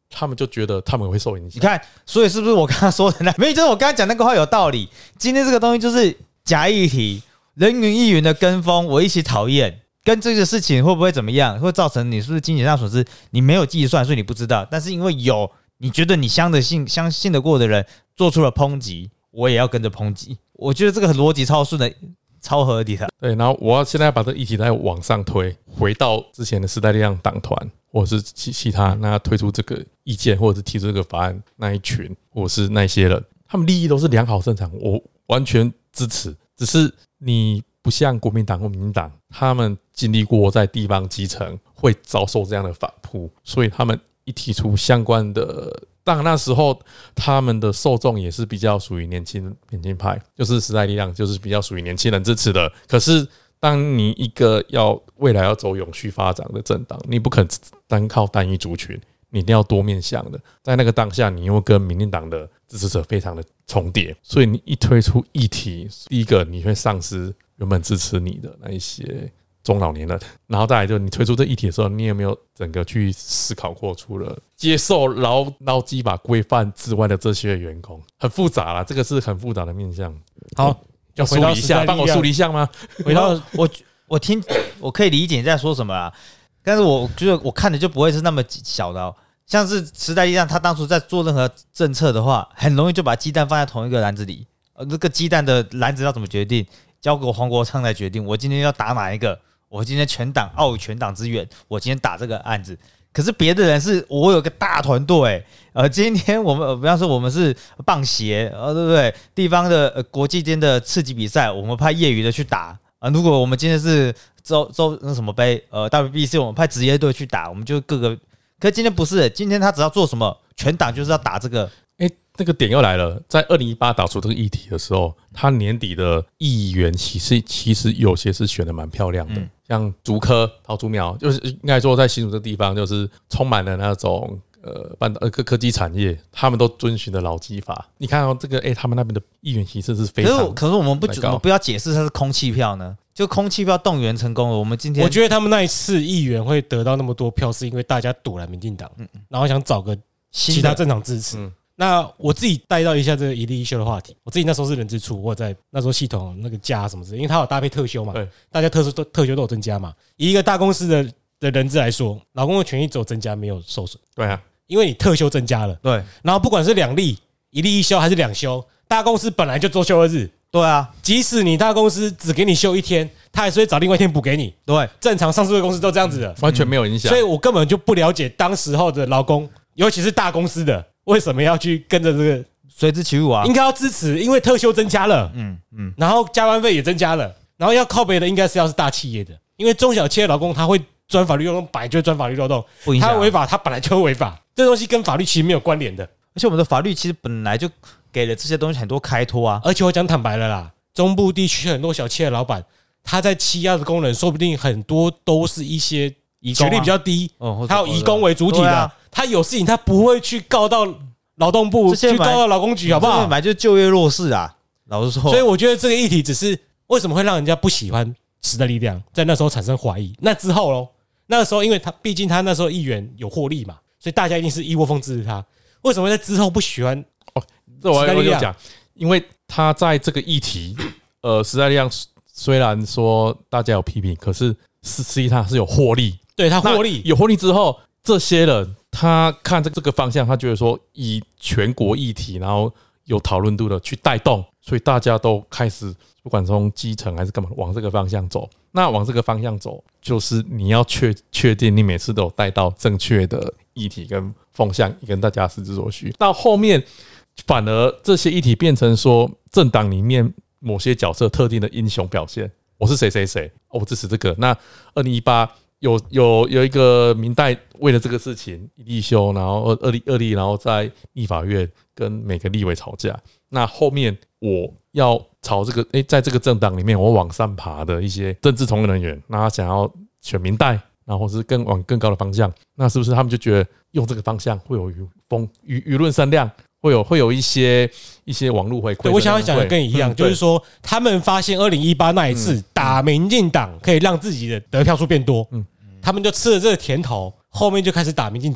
他们就觉得他们会受影响。 你看，所以是不是我刚刚说的那？没有，就是我刚刚讲那个话有道理。今天这个东西就是假议题，人云亦云的跟风，我一起讨厌。跟这个事情会不会怎么样，会造成你是不是金钱上损失？你没有计算，所以你不知道。但是因为有，你觉得你相信得过的人做出了抨击，我也要跟着抨击。我觉得这个逻辑超顺的，超合理的。 对，然后我现在把这个议题再往上推，回到之前的时代力量党团，或者是其他那推出这个意见，或者是提出这个法案那一群，或者是那些人，他们利益都是良好正常，我完全支持。只是你不像国民党或民进党，他们经历过在地方基层会遭受这样的反扑，所以他们一提出相关的，当然那时候他们的受众也是比较属于年轻派，就是时代力量就是比较属于年轻人支持的。可是当你一个未来要走永续发展的政党，你不可能单靠单一族群，你一定要多面向的。在那个当下，你又跟民进党的支持者非常的重叠，所以你一推出议题，第一个你会丧失原本支持你的那一些中老年人，然后再来就你推出这议题的时候，你有没有整个去思考过，除了接受劳基法规范之外的这些员工，很复杂啦，这个是很复杂的面向。 好， 要梳理一下，帮我梳理一下吗？ 回到我可以理解你在说什么啦，但是我觉得我看的就不会是那么小的哦。像是时代力量，他当初在做任何政策的话，很容易就把鸡蛋放在同一个篮子里。这个鸡蛋的篮子要怎么决定，交给黄国昌来决定。我今天要打哪一个？我今天全党奥全党之源，我今天打这个案子。可是别的人是我有个大团队，今天我们比方说我们是棒协，对不对？地方的国际间的次级比赛，我们派业余的去打。如果我们今天是州那什么杯WBC， 我们派职业队去打，我们就各个。可是今天不是，今天他只要做什么，全党就是要打这个。 那个点又来了，在2018打出这个议题的时候，他年底的议员其实有些是选的蛮漂亮的，像竹科、桃竹苗，就是应该说在新竹这地方，就是充满了那种科技产业，他们都遵循的劳基法。你看这个，他们那边的议员其实是非常， 可是我们不要解释它是空气票呢？就空气票动员成功了。我们今天我觉得他们那一次议员会得到那么多票，是因为大家堵了民进党，然后想找个其他政党支持。那我自己带到一下这个一例一休的话题，我自己那时候是人之初，我在那时候系统那个加什么之类，因为它有搭配特休嘛，大家特休都有增加嘛。以一个大公司的人资来说，劳工的权益只有增加没有受损。 对啊， 因为你特休增加了， 对， 然后不管是2例1例1休还是2休，大公司本来就周休2日。 对啊， 即使你大公司只给你休1天，他还是会找另外1天补给你。 对， 正常上市的公司都这样子的， 完全没有影响。 所以我根本就不了解当时候的劳工，尤其是大公司的，为什么要去跟着这个随之起舞啊？ 应该要支持，因为特休增加了，然后加班费也增加了，然后要靠北的应该是大企业的，因为中小企业劳工他会钻法律漏洞，本来就会钻法律漏洞，他违法他本来就会违法，这东西跟法律其实没有关联的。 而且我们的法律其实本来就给了这些东西很多开脱啊。 而且我讲坦白了啦，中部地区很多小企业老板，他在欺压的工人，说不定很多都是一些学历比较低，他有移工为主体的，他有事情他不会去告到劳动部，去告到劳工局，好不好？ 本来就是就业弱势啊，老实说。 所以我觉得这个议题只是为什么会让人家不喜欢时代力量，在那时候产生怀疑。那之后咯，那个时候因为他毕竟他那时候议员有获利嘛，所以大家一定是一窝蜂支持他。为什么在之后不喜欢？ 这我要讲，因为他在这个议题，时代力量虽然说大家有批评，可是实际上是有获利。 对，他获利， 有获利之后，这些人他看这个方向，他觉得说以全国议题，然后有讨论度的去带动，所以大家都开始不管从基层还是干嘛，往这个方向走。那往这个方向走，就是你要确定你每次都有带到正确的议题跟风向，跟大家实之所需。到后面反而这些议题变成说政党里面某些角色特定的英雄表现，我是谁谁谁，我支持这个。那2018有一个民代为了这个事情一例休，然后二例，然后在立法院跟每个立委吵架。那后面我要朝这个在这个政党里面我往上爬的一些政治从业人员，那他想要选民代，然后是往更高的方向，那是不是他们就觉得用这个方向会有舆论声量？会有一些网络回馈。 对，我想要讲的跟你一样，就是说他们发现2018那一次打民进党可以让自己的得票数变多，他们就吃了这个甜头，后面就开始打民进党，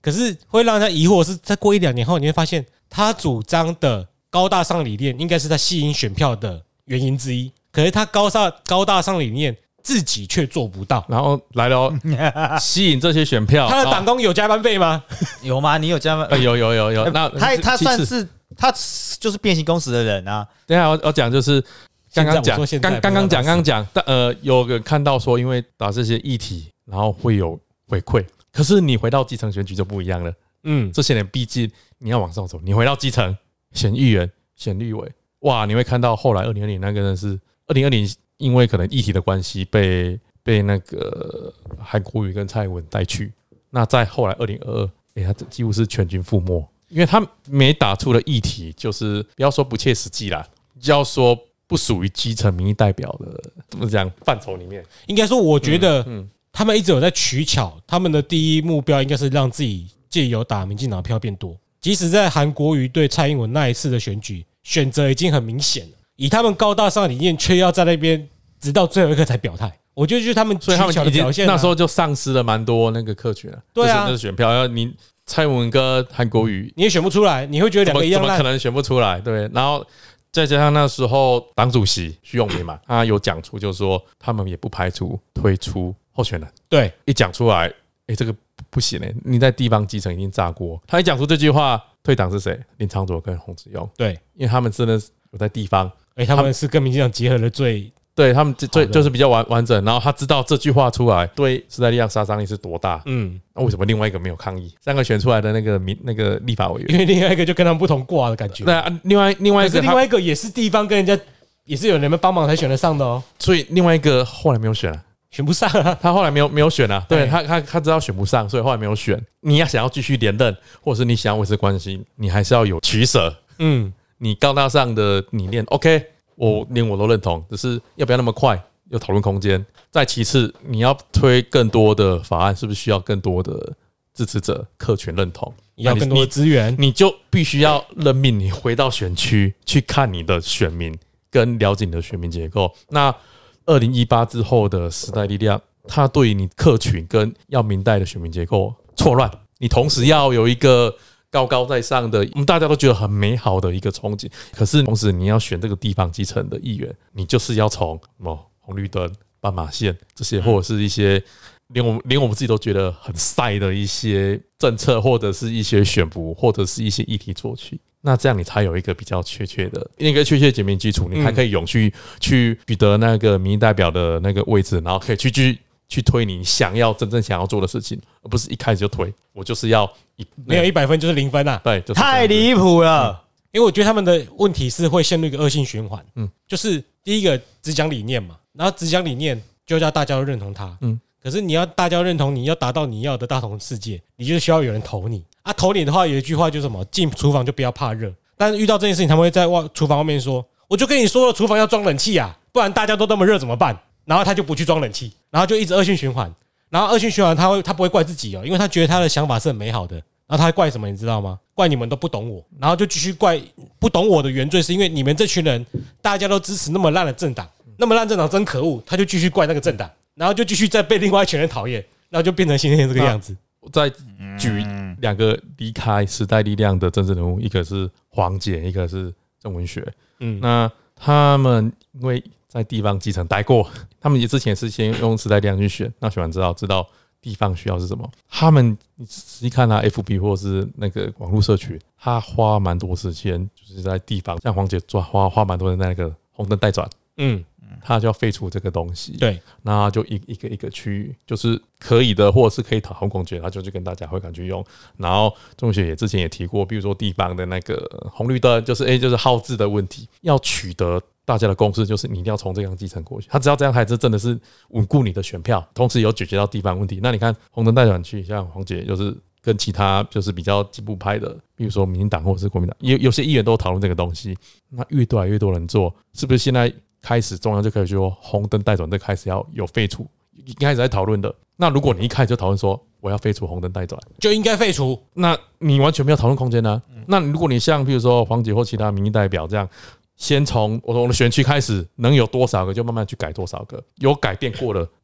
可是会让人家疑惑的是，再过1-2年后，你会发现他主张的高大上理念应该是他吸引选票的原因之一，可是他高大上理念自己却做不到。 然后来了吸引这些选票， 他的党工有加班费吗？ 有吗？你有加班？ 有。那他算是他就是变形工时的人啊。 等一下我讲就是刚刚讲，有人看到说，因为打这些议题，然后会有回馈。可是你回到基层选举就不一样了。这些人毕竟你要往上走，你回到基层选议员、选立委，哇，你会看到后来2020那个人是2020，因为可能议题的关系被那个韩国瑜跟蔡英文带去。那在后来2022，他几乎是全军覆没，因为他没打出的议题，就是不要说不切实际啦，要说不属于基层民意代表的怎么讲范畴里面。 应该说，我觉得他们一直有在取巧，他们的第一目标应该是让自己借由打民进党的票变多。即使在韩国瑜对蔡英文那一次的选举，选择已经很明显了，以他们高大上的理念，却要在那边直到最后一刻才表态。我觉得就是他们取巧的表现， 那时候就丧失了蛮多那个客群了。 对啊， 就是选票，要你蔡英文跟韩国瑜， 你也选不出来，你会觉得两个一样烂， 怎么可能选不出来？对，然后再加上那时候党主席徐永明嘛，他有讲出，就是说他们也不排除推出候选人。对，一讲出来，这个不行你在地方基层已经炸锅。他一讲出这句话，退党是谁？林昶佐跟洪志庸。对，因为他们真的有在地方， 他们是跟民进党结合的最。 对他们就是比较完整，然后他知道这句话出来对时代力量杀伤力是多大。那为什么另外一个没有抗议？3个选出来的那个立法委员， 因为另外一个就跟他们不同挂的感觉。 对啊，另外一个也是地方跟人家也是有人们帮忙才选得上的哦。 所以另外一个后来没有选选不上啊。 他后来没有选啊。对，他知道选不上，所以后来没有选。你要想要继续连任，或者是你想要维持关系，你还是要有取舍。你高大上的理念 OK。连我都认同，只是要不要那么快，有讨论空间。再其次，你要推更多的法案，是不是需要更多的支持者客群认同？ 要更多的资源， 你就必须要任命你回到选区去看你的选民，跟了解你的选民结构。那2018之后的时代力量，它对于你客群跟要民代的选民结构错乱，你同时要有一个高高在上的，我们大家都觉得很美好的一个憧憬。可是同时你要选这个地方基层的议员，你就是要从什么红绿灯、斑马线这些，或者是一些连我们自己都觉得很晒的一些政策，或者是一些选服，或者是一些议题作曲。那这样你才有一个比较确切的选民基础，你还可以永续去取得那个民意代表的那个位置，然后可以去推你真正想要做的事情，而不是一开始就推。我就是要没有100分就是0分啊！ 对，就是太离谱了。 因为我觉得他们的问题是会陷入一个恶性循环。就是第一个只讲理念嘛，然后只讲理念就叫大家都认同他。可是你要大家认同，你要达到你要的大同世界，你就需要有人投你啊。投你的话，有一句话就是什么？进厨房就不要怕热。但是遇到这件事情，他们会在厨房外面说：“我就跟你说了，厨房要装冷气啊，不然大家都那么热怎么办？”然后他就不去装冷气，然后就一直恶性循环。然后恶性循环，他不会怪自己因为他觉得他的想法是很美好的。然后他还怪什么，你知道吗？怪你们都不懂我，然后就继续怪不懂我的原罪是因为你们这群人大家都支持那么烂的政党，那么烂政党真可恶，他就继续怪那个政党，然后就继续再被另外一群人讨厌，然后就变成今天这个样子。 再举2个离开时代力量的政治人物，一个是黄捷，一个是郑文学。那他们因为在地方基层待过，他们也之前是先用时代力量去选，那选完之后知道地方需要是什么。他们你仔细看FB 或是那个网络社群，他花蛮多时间，就是在地方，像黄捷花蛮多人在那个红灯待转，他就要废除这个东西。对，那就一个一个区域，就是可以的，或者是可以讨红公决，他就去跟大家会敢去用。然后中学也之前也提过，比如说地方的那个红绿灯，就是号字的问题，要取得大家的共识，就是你一定要从这样基层过去。他只要这样才是真的是稳固你的选票，同时有解决到地方问题。那你看红灯待转区，像黄捷就是跟其他就是比较进步派的，比如说民进党或者是国民党，有些议员都讨论这个东西。那越多人做，是不是现在开始中央就可以说红灯待转，这开始要有废除，一开始在讨论的。那如果你一开始就讨论说我要废除红灯待转， 就应该废除， 那你完全没有讨论空间啊。那如果你像比如说黄捷或其他民意代表这样，先从我的选区开始，能有多少个就慢慢去改多少个，有改变过了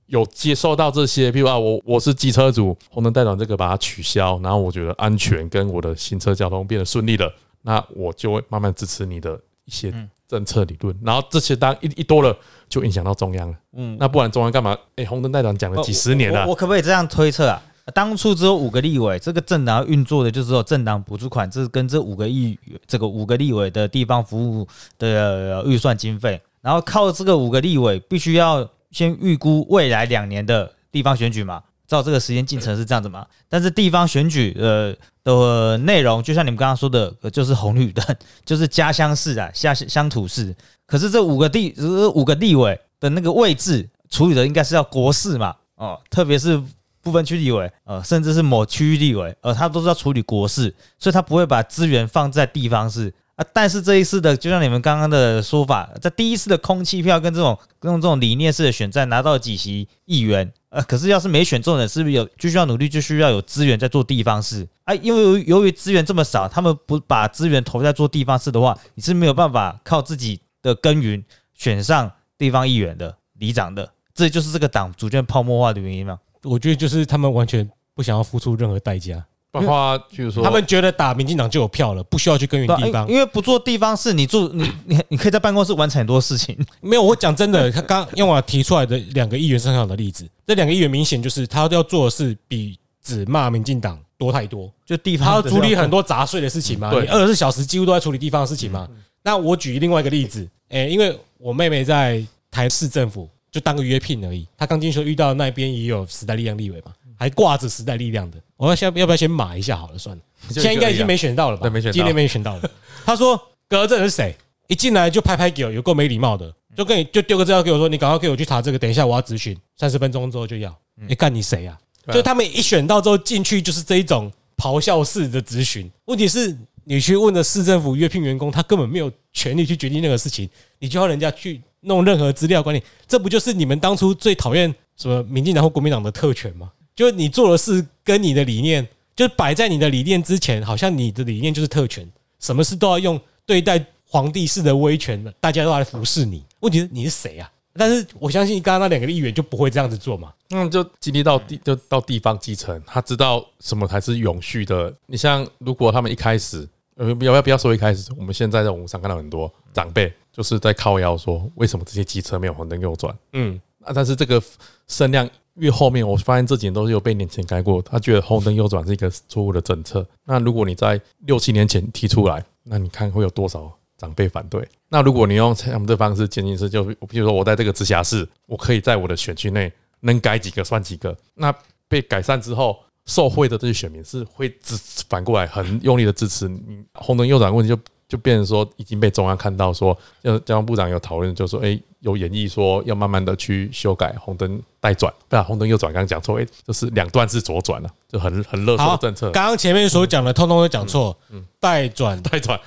有接受到这些，譬如我是机车主，红灯待转这个把它取消，然后我觉得安全跟我的行车交通变得顺利了，那我就会慢慢支持你的一些政策理论，然后这些当一多了，就影响到中央了。那不然中央干嘛？红灯待转讲了几十年了， 我可不可以这样推测啊？当初只有5个立委，这个政党运作的就只有政党补助款，这是跟这5个立委的地方服务的预算经费，然后靠这个5个立委必须要先预估未来2年的地方选举嘛，照这个时间进程是这样子嘛。但是地方选举的内容，就像你们刚刚说的，就是红绿灯，就是家乡式啊，乡土式。可是这5个立委的那个位置处理的应该是要国事嘛，特别是部分区立委，甚至是某区域立委，他都是要处理国事，所以他不会把资源放在地方事。但是这一次的，就像你们刚刚的说法，在第一次的空气票跟用这种理念式的选战拿到几席议员，可是要是没选中的，是不是就需要努力，就需要有资源在做地方事啊？因为由于资源这么少，他们不把资源投在做地方事的话，你是没有办法靠自己的耕耘选上地方议员的、里长的，这就是这个党逐渐泡沫化的原因嘛。我觉得就是他们完全不想要付出任何代价。 包括就是说， 他们觉得打民进党就有票了，不需要去耕耘地方。 因为不做地方事，你可以在办公室完成很多事情。 没有，我讲真的，他刚用我提出来的2个议员是很好的例子。这2个议员明显就是他要做的事比只骂民进党多太多。就地方，他要处理很多杂碎的事情嘛，你24小时几乎都在处理地方的事情嘛。那我举另外一个例子，因为我妹妹在台市政府就当个约聘而已，她刚进去遇到那边也有时代力量立委嘛。还挂着时代力量的，我要不要先码一下好了，算了，现在应该已经没选到了吧？ 对，没选到， 今年没选到了。他说：“哥，这人是谁？一进来就拍给我，有够没礼貌的，就丢个资料给我说，你赶快给我去查这个，等一下我要质询，30分钟之后就要。干你谁啊？就他们一选到之后进去就是这一种咆哮式的质询。问题是，你去问的市政府约聘员工，他根本没有权利去决定那个事情，你就要人家去弄任何资料管理，这不就是你们当初最讨厌什么民进党或国民党的特权吗？”就你做的事跟你的理念，就是摆在你的理念之前，好像你的理念就是特权，什么事都要用对待皇帝式的威权，大家都来服侍你。问题是你是谁啊？但是我相信刚刚那2个议员就不会这样子做嘛。 就经历到地方基层，他知道什么才是永续的。你像如果他们一开始，不要说一开始，我们现在在网络上看到很多长辈就是在靠腰说，为什么这些机车没有红灯右转？但是这个声量越后面，我发现这几年都是有被年轻人改过。他觉得红灯右转是一个错误的政策。那如果你在6-7年前提出来，那你看会有多少长辈反对？那如果你用他们这方式渐进式，就比如说我在这个直辖市，我可以在我的选区内能改几个算几个。那被改善之后，受惠的这些选民是会反过来很用力的支持你红灯右转问题就变成说已经被中央看到说，交通部长有讨论，就说有演绎说要慢慢的去修改红灯待转，不然红灯右转刚刚讲错，就是2段式左转了，就很垃圾的政策。 刚刚前面所讲的通通都讲错，待转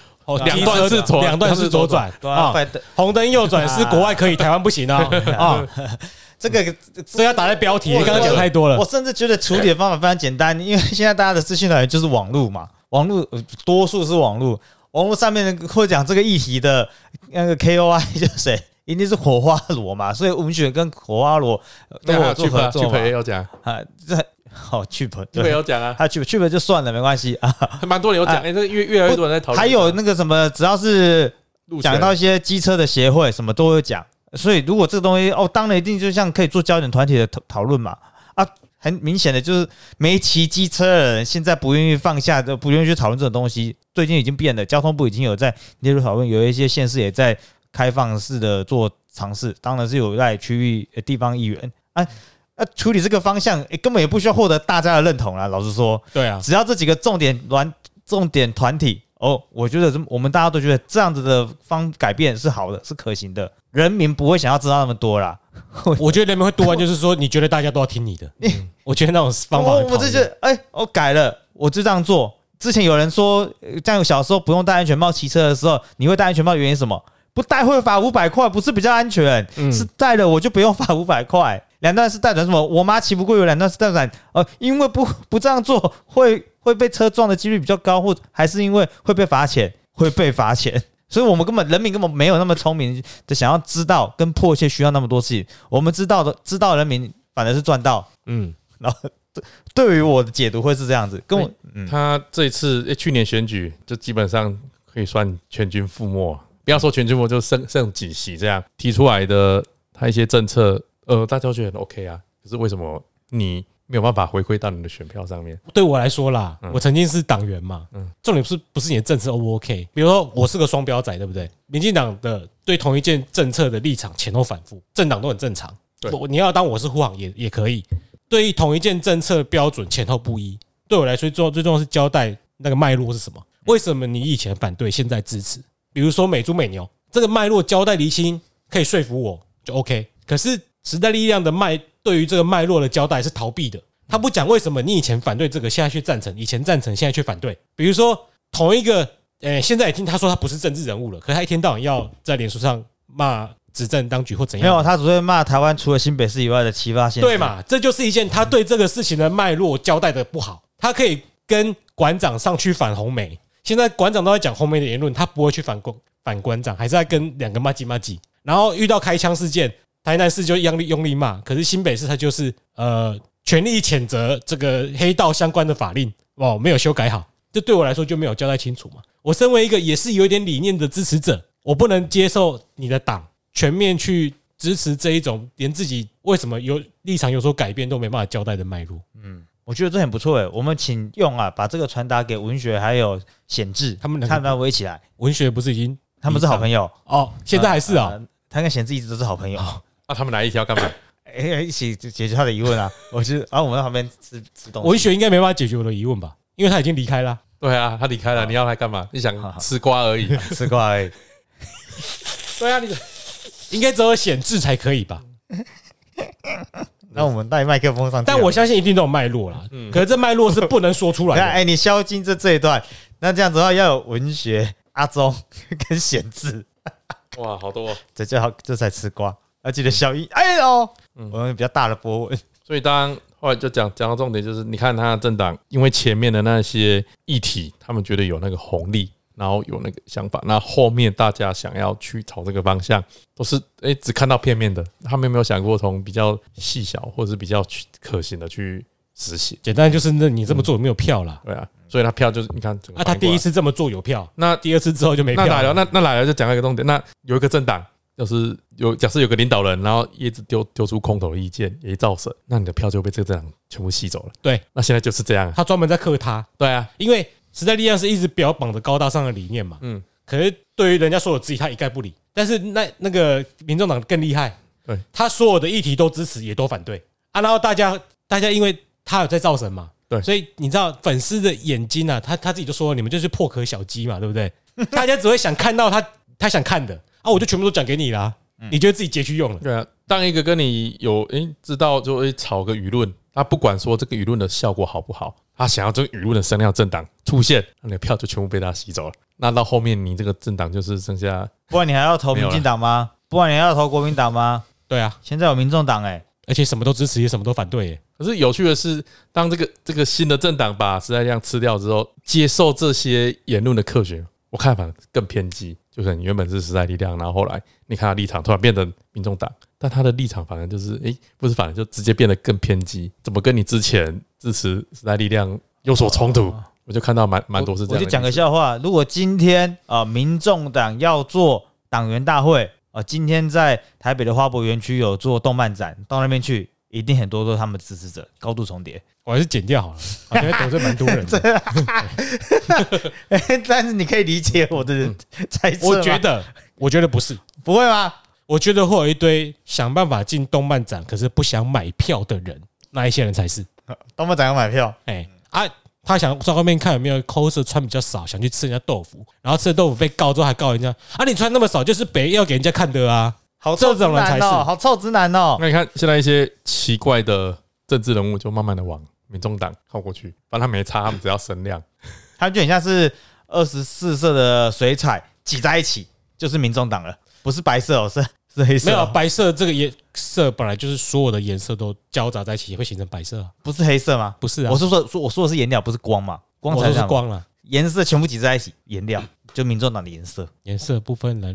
2段式左转啊，红灯右转是国外可以，台湾不行啊。这个要打在标题，你刚刚讲太多了。 我甚至觉得处理的方法非常简单，因为现在大家的资讯来源就是网络嘛，网络多数是网络上面会讲这个议题的那个 KOI 就是谁，一定是火花罗嘛，所以文选跟火花罗都有做合作嘛。 也有讲啊，去本也有讲啊， 他去本就算了，没关系啊， 蛮多人有讲，这个越来越多人在讨论。 还有那个什么，只要是讲到一些机车的协会，什么都会讲。所以如果这个东西当然一定就像可以做焦点团体的讨论嘛啊，很明显的就是没骑机车的人现在不愿意放下，不愿意去讨论这种东西。最近已经变了，交通部已经有在列入讨论，有一些县市也在开放式的做尝试，当然是有在区域地方议员处理这个方向，根本也不需要获得大家的认同啦。老实说， 对啊， 只要这几个重点团体。我觉得我们大家都觉得这样子的改变是好的，是可行的。人民不会想要知道那么多啦。 我觉得人民会多完，就是说你觉得大家都要听你的。我觉得那种方法我就觉得，我改了，我就这样做。之前有人说，这样小时候不用戴安全帽骑车的时候，你会戴安全帽的原因是什么？不戴会罚500块，不是比较安全？是戴了我就不用罚500块。2段式待转什么？我妈骑不过有2段式待转，因为不这样做会被车撞的几率比较高，或还是因为会被罚钱？会被罚钱。所以我们人民根本没有那么聪明的想要知道跟迫切需要那么多事情。我们知道人民反而是赚到。然后对于我的解读会是这样子，跟我他这一次去年选举就基本上可以算全军覆没，不要说全军覆没，就剩几席这样提出来的他一些政策，大家都觉得很 OK 啊，可是为什么你没有办法回馈到你的选票上面？ 对我来说啦，我曾经是党员嘛，重点不是你的政策 O 不 OK？ 比如说我是个双标仔，对不对？民进党的对同一件政策的立场前后反复，政党都很正常。你要当我是护航也可以。对于同一件政策标准前后不一，对我来说最重要是交代那个脉络是什么？为什么你以前反对，现在支持？比如说美猪美牛这个脉络交代厘清，可以说服我就 OK。可是时代力量的对于这个脉络的交代是逃避的，他不讲为什么你以前反对这个，现在却赞成；以前赞成，现在却反对。比如说同一个，现在已经他说他不是政治人物了，可是他一天到晚要在脸书上骂执政当局或怎样？ 没有，他只会骂台湾除了新北市以外的7、8县市。 对嘛？这就是一件他对这个事情的脉络交代的不好。他可以跟馆长上去反红媒，现在馆长都在讲红媒的言论，他不会去反馆长，还是在跟两个麻吉。然后遇到开枪事件，台南市就用力骂，可是新北市他就是全力谴责这个黑道相关的法令没有修改好，这对我来说就没有交代清楚嘛。我身为一个也是有一点理念的支持者，我不能接受你的党全面去支持这一种连自己为什么有立场有所改变都没办法交代的脉络。 我觉得这很不错我们请用把这个传达给文学还有显智，他们围起来。 文学不是已经他们是好朋友现在还是他跟显智一直都是好朋友他们来一起要干嘛？ 一起解决他的疑问我就我们在旁边吃东西。 文学应该没办法解决我的疑问吧？因为他已经离开了。 对啊，他离开了，你要来干嘛？你想吃瓜而已， 吃瓜而已。 对啊，你应该只有显智才可以吧？ 那我们带麦克风上去， 但我相信一定都有脉络啦。可是这脉络是不能说出来的。 你萧金这一段，那这样子的话要有文学、阿忠跟显智。 哇，好多这才吃瓜。要记得消音，我用比较大的波纹。 所以当后来就讲到重点，就是你看他的政党，因为前面的那些议题，他们觉得有那个红利，然后有那个想法，那后面大家想要去朝这个方向，都是只看到片面的，他们有没有想过从比较细小或者是比较可行的去实行？ 简单就是你这么做没有票啦。 对啊，所以他票就是你看， 他第一次这么做有票，那第二次之后就没票了。 那来了就讲到一个重点，那有一个政党。就是假设有个领导人，然后一直丢出空头的意见，也造神，那你的票就被这个政党全部吸走了。 对， 那现在就是这样， 他专门在克他。 对啊， 因为时代力量是一直标榜着高大上的理念嘛，可是对于人家说的质疑，他一概不理。但是那个民众党更厉害，对，他所有的议题都支持，也都反对然后大家因为他有在造神嘛，对，所以你知道粉丝的眼睛他自己就说你们就是破壳小鸡嘛，对不对？大家只会想看到他想看的。我就全部都讲给你啦，你就自己截去用了。 对啊，当一个跟你有知道就炒个舆论，他不管说这个舆论的效果好不好，他想要这个舆论的声量政党出现，那你的票就全部被他吸走了。那到后面你这个政党就是剩下， 不然你还要投民进党吗？不然你还要投国民党吗？ 对啊， 现在有民众党而且什么都支持，也什么都反对可是有趣的是，当这个新的政党把时代力量吃掉之后，接受这些言论的客群，我看法更偏激。就可能原本是时代力量，然后后来你看他立场突然变成民众党，但他的立场反而就是不是反而就直接变得更偏激，怎么跟你之前支持时代力量有所冲突？我就看到蛮多是这样的。 我就讲个笑话，如果今天民众党要做党员大会今天在台北的花博园区有做动漫展，到那边去一定很多都是他们支持者，高度重叠。 我还是剪掉好了，好像得罪蛮多人的。 但是你可以理解我的猜测吗？ 我觉得不是， 不会吗？ 我觉得会有一堆想办法进动漫展，可是不想买票的人，那一些人才是。 动漫展要买票， 他想在外面看有没有 coser 穿比较少，想去吃人家豆腐，然后吃了豆腐被告之后还告人家你穿那么少就是要给人家看的啊， 好臭直男哦，好臭直男哦。 那你看现在一些奇怪的政治人物就慢慢的往民众党靠过去，反正他没差，他们只要声量， 他就很像是24色的水彩挤在一起，就是民众党了，不是白色是黑色。 没有白色这个颜色本来就是所有的颜色都交杂在一起，会形成白色不是黑色吗？ 不是啊， 我说的是颜料，不是光嘛？光才是光了， 颜色全部挤在一起，颜料就民众党的颜色， 颜色不分蓝绿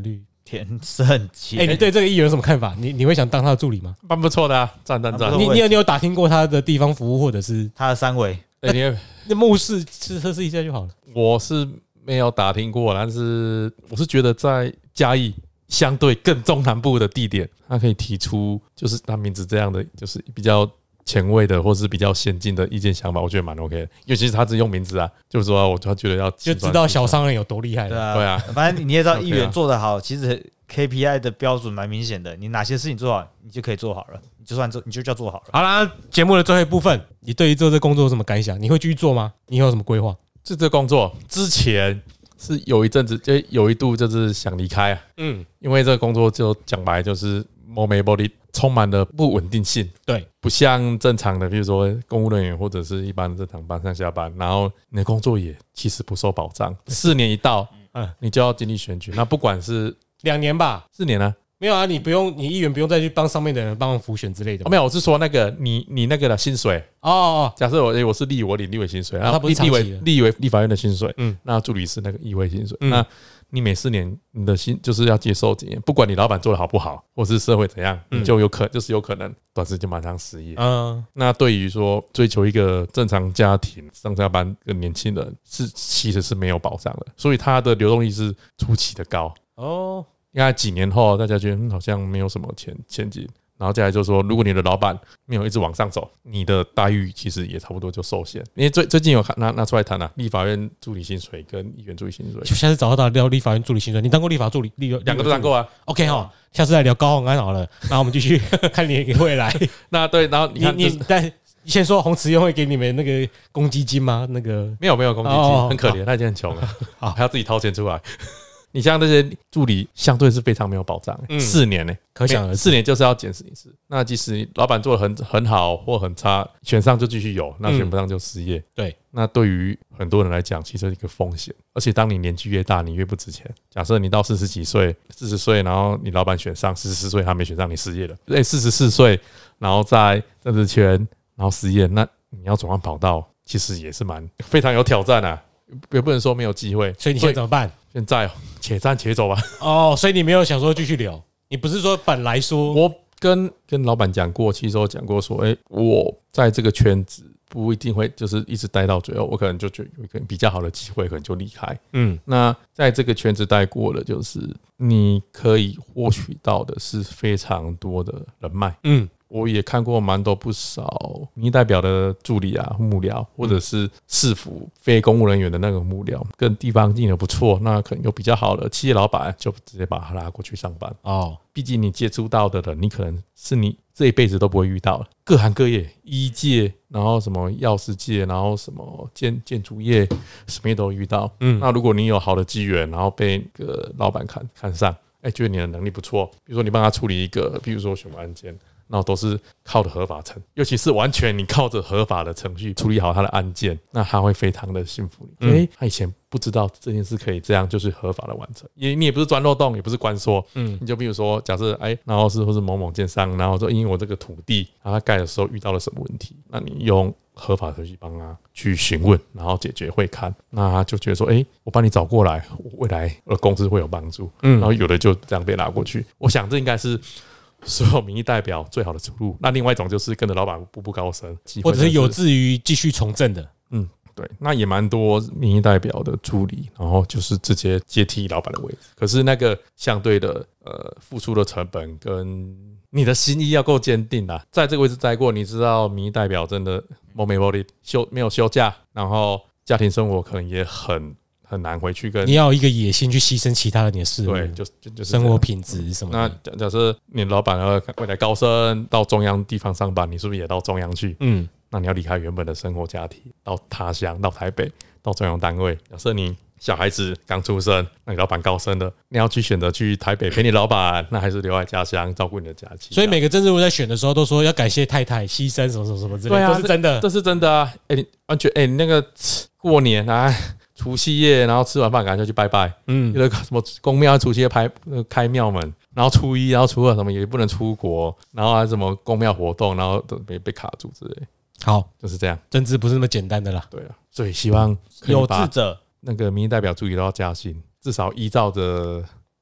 田胜杰， 你对这个议员有什么看法？你会想当他的助理吗？ 蛮不错的啊，赞。 你有打听过他的地方服务，或者是他的三围？ 那目视测试一下就好了。 我是没有打听过，但是我是觉得在嘉义相对更中南部的地点，他可以提出就是他名字这样的，就是比较前卫的或是比较先进的意见想法，我觉得蛮 OK 的。尤其是他只用名字啊，就是说他觉得要就知道小商人有多厉害。 对啊， 反正你也知道议员做得好，其实 KPI 的标准蛮明显的，你哪些事情做好，你就可以做好了，你就叫做好了。 好啦，节目的最后一部分，你对于做这工作有什么感想？你会继续做吗？你有什么规划？ 这工作之前是有一阵子，就有一度就是想离开啊，因为这个工作就讲白就是没充满了不稳定性， 对， 不像正常的，比如说公务人员或者是一般正常班上下班，然后你的工作也其实不受保障。4年一到，你就要经历选举，那不管是 2年吧 ，4年啊， 没有啊，你议员不用再去帮上面的人帮忙辅选之类的。 没有，我是说那个你那个的薪水哦。假设我是我领立委薪水，然后立委立法院的薪水，那助理是那个议会薪水，那你每4年你的薪就是要接受检验，不管你老板做的好不好，或是社会怎样，你就有可能短时间马上失业。那对于说追求一个正常家庭上下班的年轻人，其实是没有保障的，所以他的流动力是出奇的高哦。应该几年后，大家觉得好像没有什么前景，然后再来就是说，如果你的老板没有一直往上走，你的待遇其实也差不多就受限。因为最近有拿出来谈啊，立法院助理薪水跟议员助理薪水。 下次找到聊立法院助理薪水，你当过立法助理，2 个都当过啊。 OK 哈，下次来聊高虹安好了，然后我们继续看你未来。 那对，然后你但先说洪慈庸会给你们那个公积金吗？那个没有公积金，很可怜，他已经很穷了，还要自己掏钱出来。你像这些助理，相对是非常没有保障，4年呢， 可想而知，4 年就是要检视一次。那即使老板做的很好或很差，选上就继续有，那选不上就失业。 对， 那对于很多人来讲，其实是一个风险。而且当你年纪越大，你越不值钱。假设你到40几岁、40岁，然后你老板选上，44岁还没选上，你失业了。44岁，然后在政治圈，然后失业，那你要转换跑道，其实也是非常有挑战啊。也不能说没有机会， 所以你现在怎么办？ 现在且战且走吧。 哦，所以你没有想说继续留？你不是说本来说？ 我跟老板讲过，其实我讲过说，我在这个圈子不一定会就是一直待到最后，我可能就觉得有一个比较好的机会，可能就离开。那在这个圈子待过了，就是你可以获取到的是非常多的人脉。我也看过蛮多不少民意代表的助理啊、幕僚，或者是市府非公务人员的那个幕僚，跟地方经营的不错，那可能有比较好的企业老板，就直接把他拉过去上班。毕竟你接触到的人，你可能是你这一辈子都不会遇到的，各行各业，医界，然后什么药师界，然后什么建筑业，什么业都遇到。那如果你有好的机缘，然后被个老板看上，觉得你的能力不错，比如说你帮他处理一个，比如说什么案件。然后都是靠的合法程，尤其是完全你靠着合法的程序处理好他的案件，那他会非常的信服你。他以前不知道这件事可以这样，就是合法的完成。你也不是钻漏洞，也不是关说。你就比如说，假设然后或是某建商，然后说因为我这个土地，然后他盖的时候遇到了什么问题，那你用合法程序帮他去询问，然后解决会看，那他就觉得说，我帮你找过来，未来我的公司会有帮助。然后有的就这样被拉过去。我想这应该是所有民意代表最好的出路。那另外一种就是跟着老板步步高升， 或者是有志于继续从政的。 对，那也蛮多民意代表的助理，然后就是直接接替老板的位置。可是那个相对的付出的成本跟你的心意要够坚定啦。在这个位置待过，你知道民意代表真的没有休假，然后家庭生活可能也很难回去跟你要有一个野心去牺牲其他的你的事物， 对，就是生活品质什么的。 那假设你老板要未来高升到中央地方上班，你是不是也到中央去？那你要离开原本的生活家庭，到他乡，到台北，到中央单位。假设你小孩子刚出生，那你老板高升了，你要去选择去台北陪你老板，那还是留在家乡照顾你的家庭？ 所以每个政治人物在选的时候都说要感谢太太牺牲什么什么什么之类的，都是真的， 这是真的啊！你完全你那个过年啊。除夕夜，然后吃完饭赶快就去拜拜。有的什么公庙除夕夜开庙门，然后初一，然后初二什么也不能出国，然后还什么公庙活动，然后都被卡住之类。 好， 就是这样， 政治不是那么简单的啦。 对啊，所以希望有志者那个民意代表助理都要加薪，至少依照着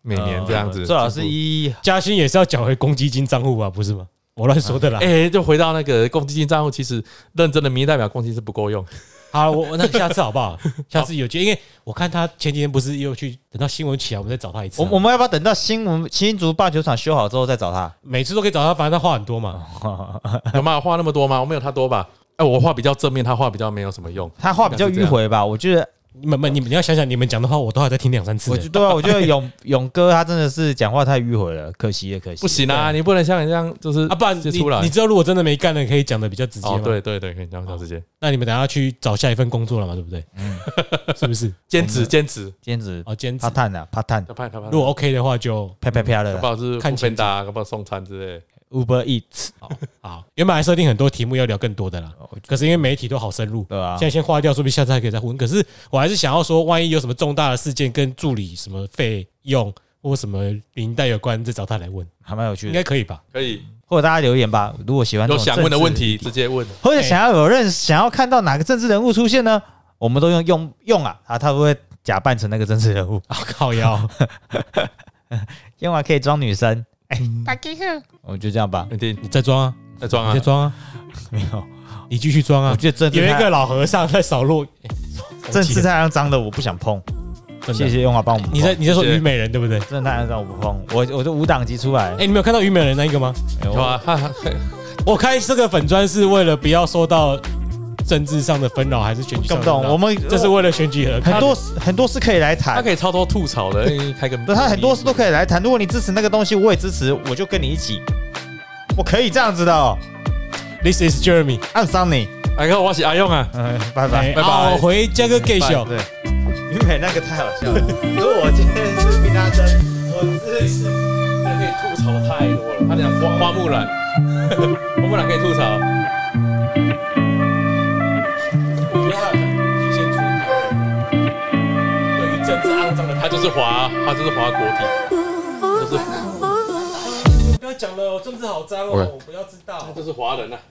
每年这样子， 最好是加薪也是要缴回公积金账户吧，不是吗？我乱说的啦。 就回到那个公积金账户，其实认真的民意代表公积金是不够用。 好，我那下次好不好？下次有机会，因为我看他前几天不是又去等到新闻起来，我们再找他一次。 我们要不要等到新竹棒球场修好之后再找他？ 每次都可以找他，反正他话很多嘛。 有吗？话那么多吗？我没有他多吧？我话比较正面，他话比较没有什么用。 他话比较迂回吧？我觉得。 你要想想，你们讲的话，我都还在听2-3次。 对啊，我觉得勇哥他真的是讲话太迂回了，可惜了。 不行啊，你不能像你这样，就是不然你知道，如果真的没干了，可以讲的比较直接吗？ 对，可以讲直接。 那你们等下去找下一份工作了嘛，对不对？是不是？ 兼职兼职怕探啊，怕探。 如果 OK 的话，就啪了。 搞不好是看钱打，搞不好送餐之类。 Uber Eats， 好，原本还设定很多题目要聊更多的啦，可是因为媒体都好深入， 对啊， 现在先划掉，说不定下次还可以再问。可是我还是想要说，万一有什么重大的事件跟助理什么费用或什么领带有关，再找他来问， 还蛮有趣的， 应该可以吧？ 可以， 或者大家留言吧，如果喜欢有想问的问题直接问， 或者想要看到哪个政治人物出现呢？我们都用啊，他会不会假扮成那个政治人物？ 靠腰， 用啊可以装女生。我就这样吧。 你再装啊， 再装啊， 你再装啊， 没有， 你继续装啊。 我觉得有一个老和尚在扫落， 政治太阳脏的我不想碰。谢谢用华帮我们。 你在说虞美人对不对？ 真的太阳脏我不碰，我就无党籍出来。 你没有看到虞美人那一个吗？ 有啊， 我开这个粉专是为了不要受到政治上的纷扰，还是选举上的纷扰？ 我们这是为了选举而很多事可以来谈， 他可以超多吐槽的，开个他很多事都可以来谈。如果你支持那个东西，我也支持，我就跟你一起，我可以这样子的哦。 This is Jeremy， I'm Sunny， 我是阿用啊， 拜拜。 好，回家个 gay 秀。 对，因为那个太好笑了。如果我今天是平大生，我支持， 那可以吐槽太多了。他讲花木兰，花木兰可以吐槽。他就是华国体，不要讲了，政治好脏哦，我不要知道。他就是华人啊。